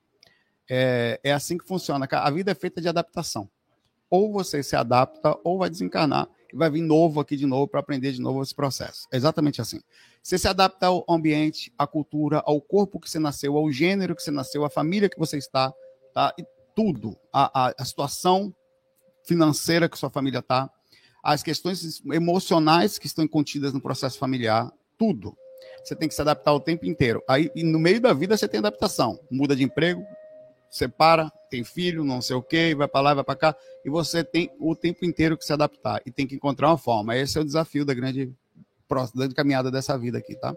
É, é assim que funciona. A vida é feita de adaptação. Ou você se adapta, ou vai desencarnar e vai vir novo aqui de novo para aprender de novo esse processo. É exatamente assim. Você se adapta ao ambiente, à cultura, ao corpo que você nasceu, ao gênero que você nasceu, à família que você está, tá? E tudo. A, a, a situação financeira que sua família está, as questões emocionais que estão contidas no processo familiar, tudo. Você tem que se adaptar o tempo inteiro. Aí, e no meio da vida, você tem adaptação. Muda de emprego, separa, tem filho, não sei o quê, vai para lá, vai para cá, e você tem o tempo inteiro que se adaptar e tem que encontrar uma forma. Esse é o desafio da grande, da caminhada dessa vida aqui, tá?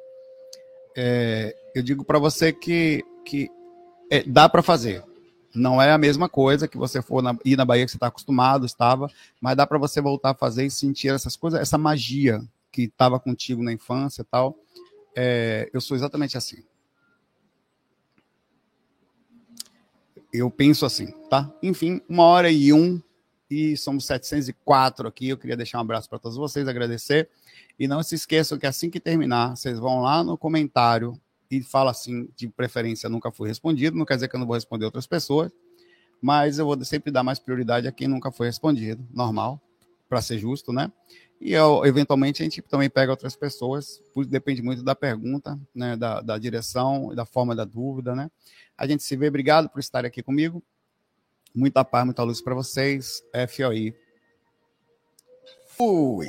É, eu digo para você que, que é, dá para fazer. Não é a mesma coisa que você for na, ir na Bahia que você está acostumado, estava, mas dá para você voltar a fazer e sentir essas coisas, essa magia que estava contigo na infância e tal. É, eu sou exatamente assim. Eu penso assim, tá? Enfim, uma hora e um, e somos setecentos e quatro aqui. Eu queria deixar um abraço para todos vocês, agradecer. E não se esqueçam que assim que terminar, vocês vão lá no comentário e falam assim, de preferência, nunca foi respondido. Não quer dizer que eu não vou responder outras pessoas, mas eu vou sempre dar mais prioridade a quem nunca foi respondido, normal, para ser justo, né? E eu, eventualmente a gente também pega outras pessoas, depende muito da pergunta, né, da, da direção, da forma da dúvida, né? A gente se vê, obrigado por estar aqui comigo. Muita paz, muita luz para vocês. F O I. Fui!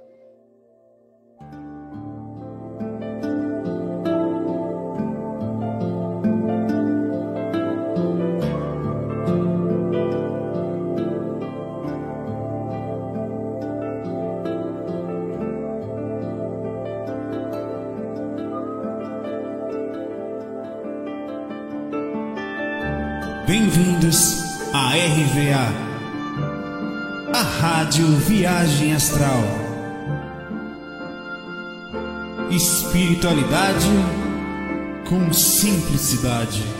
Bem-vindos a R V A, a Rádio Viagem Astral. Espiritualidade com simplicidade.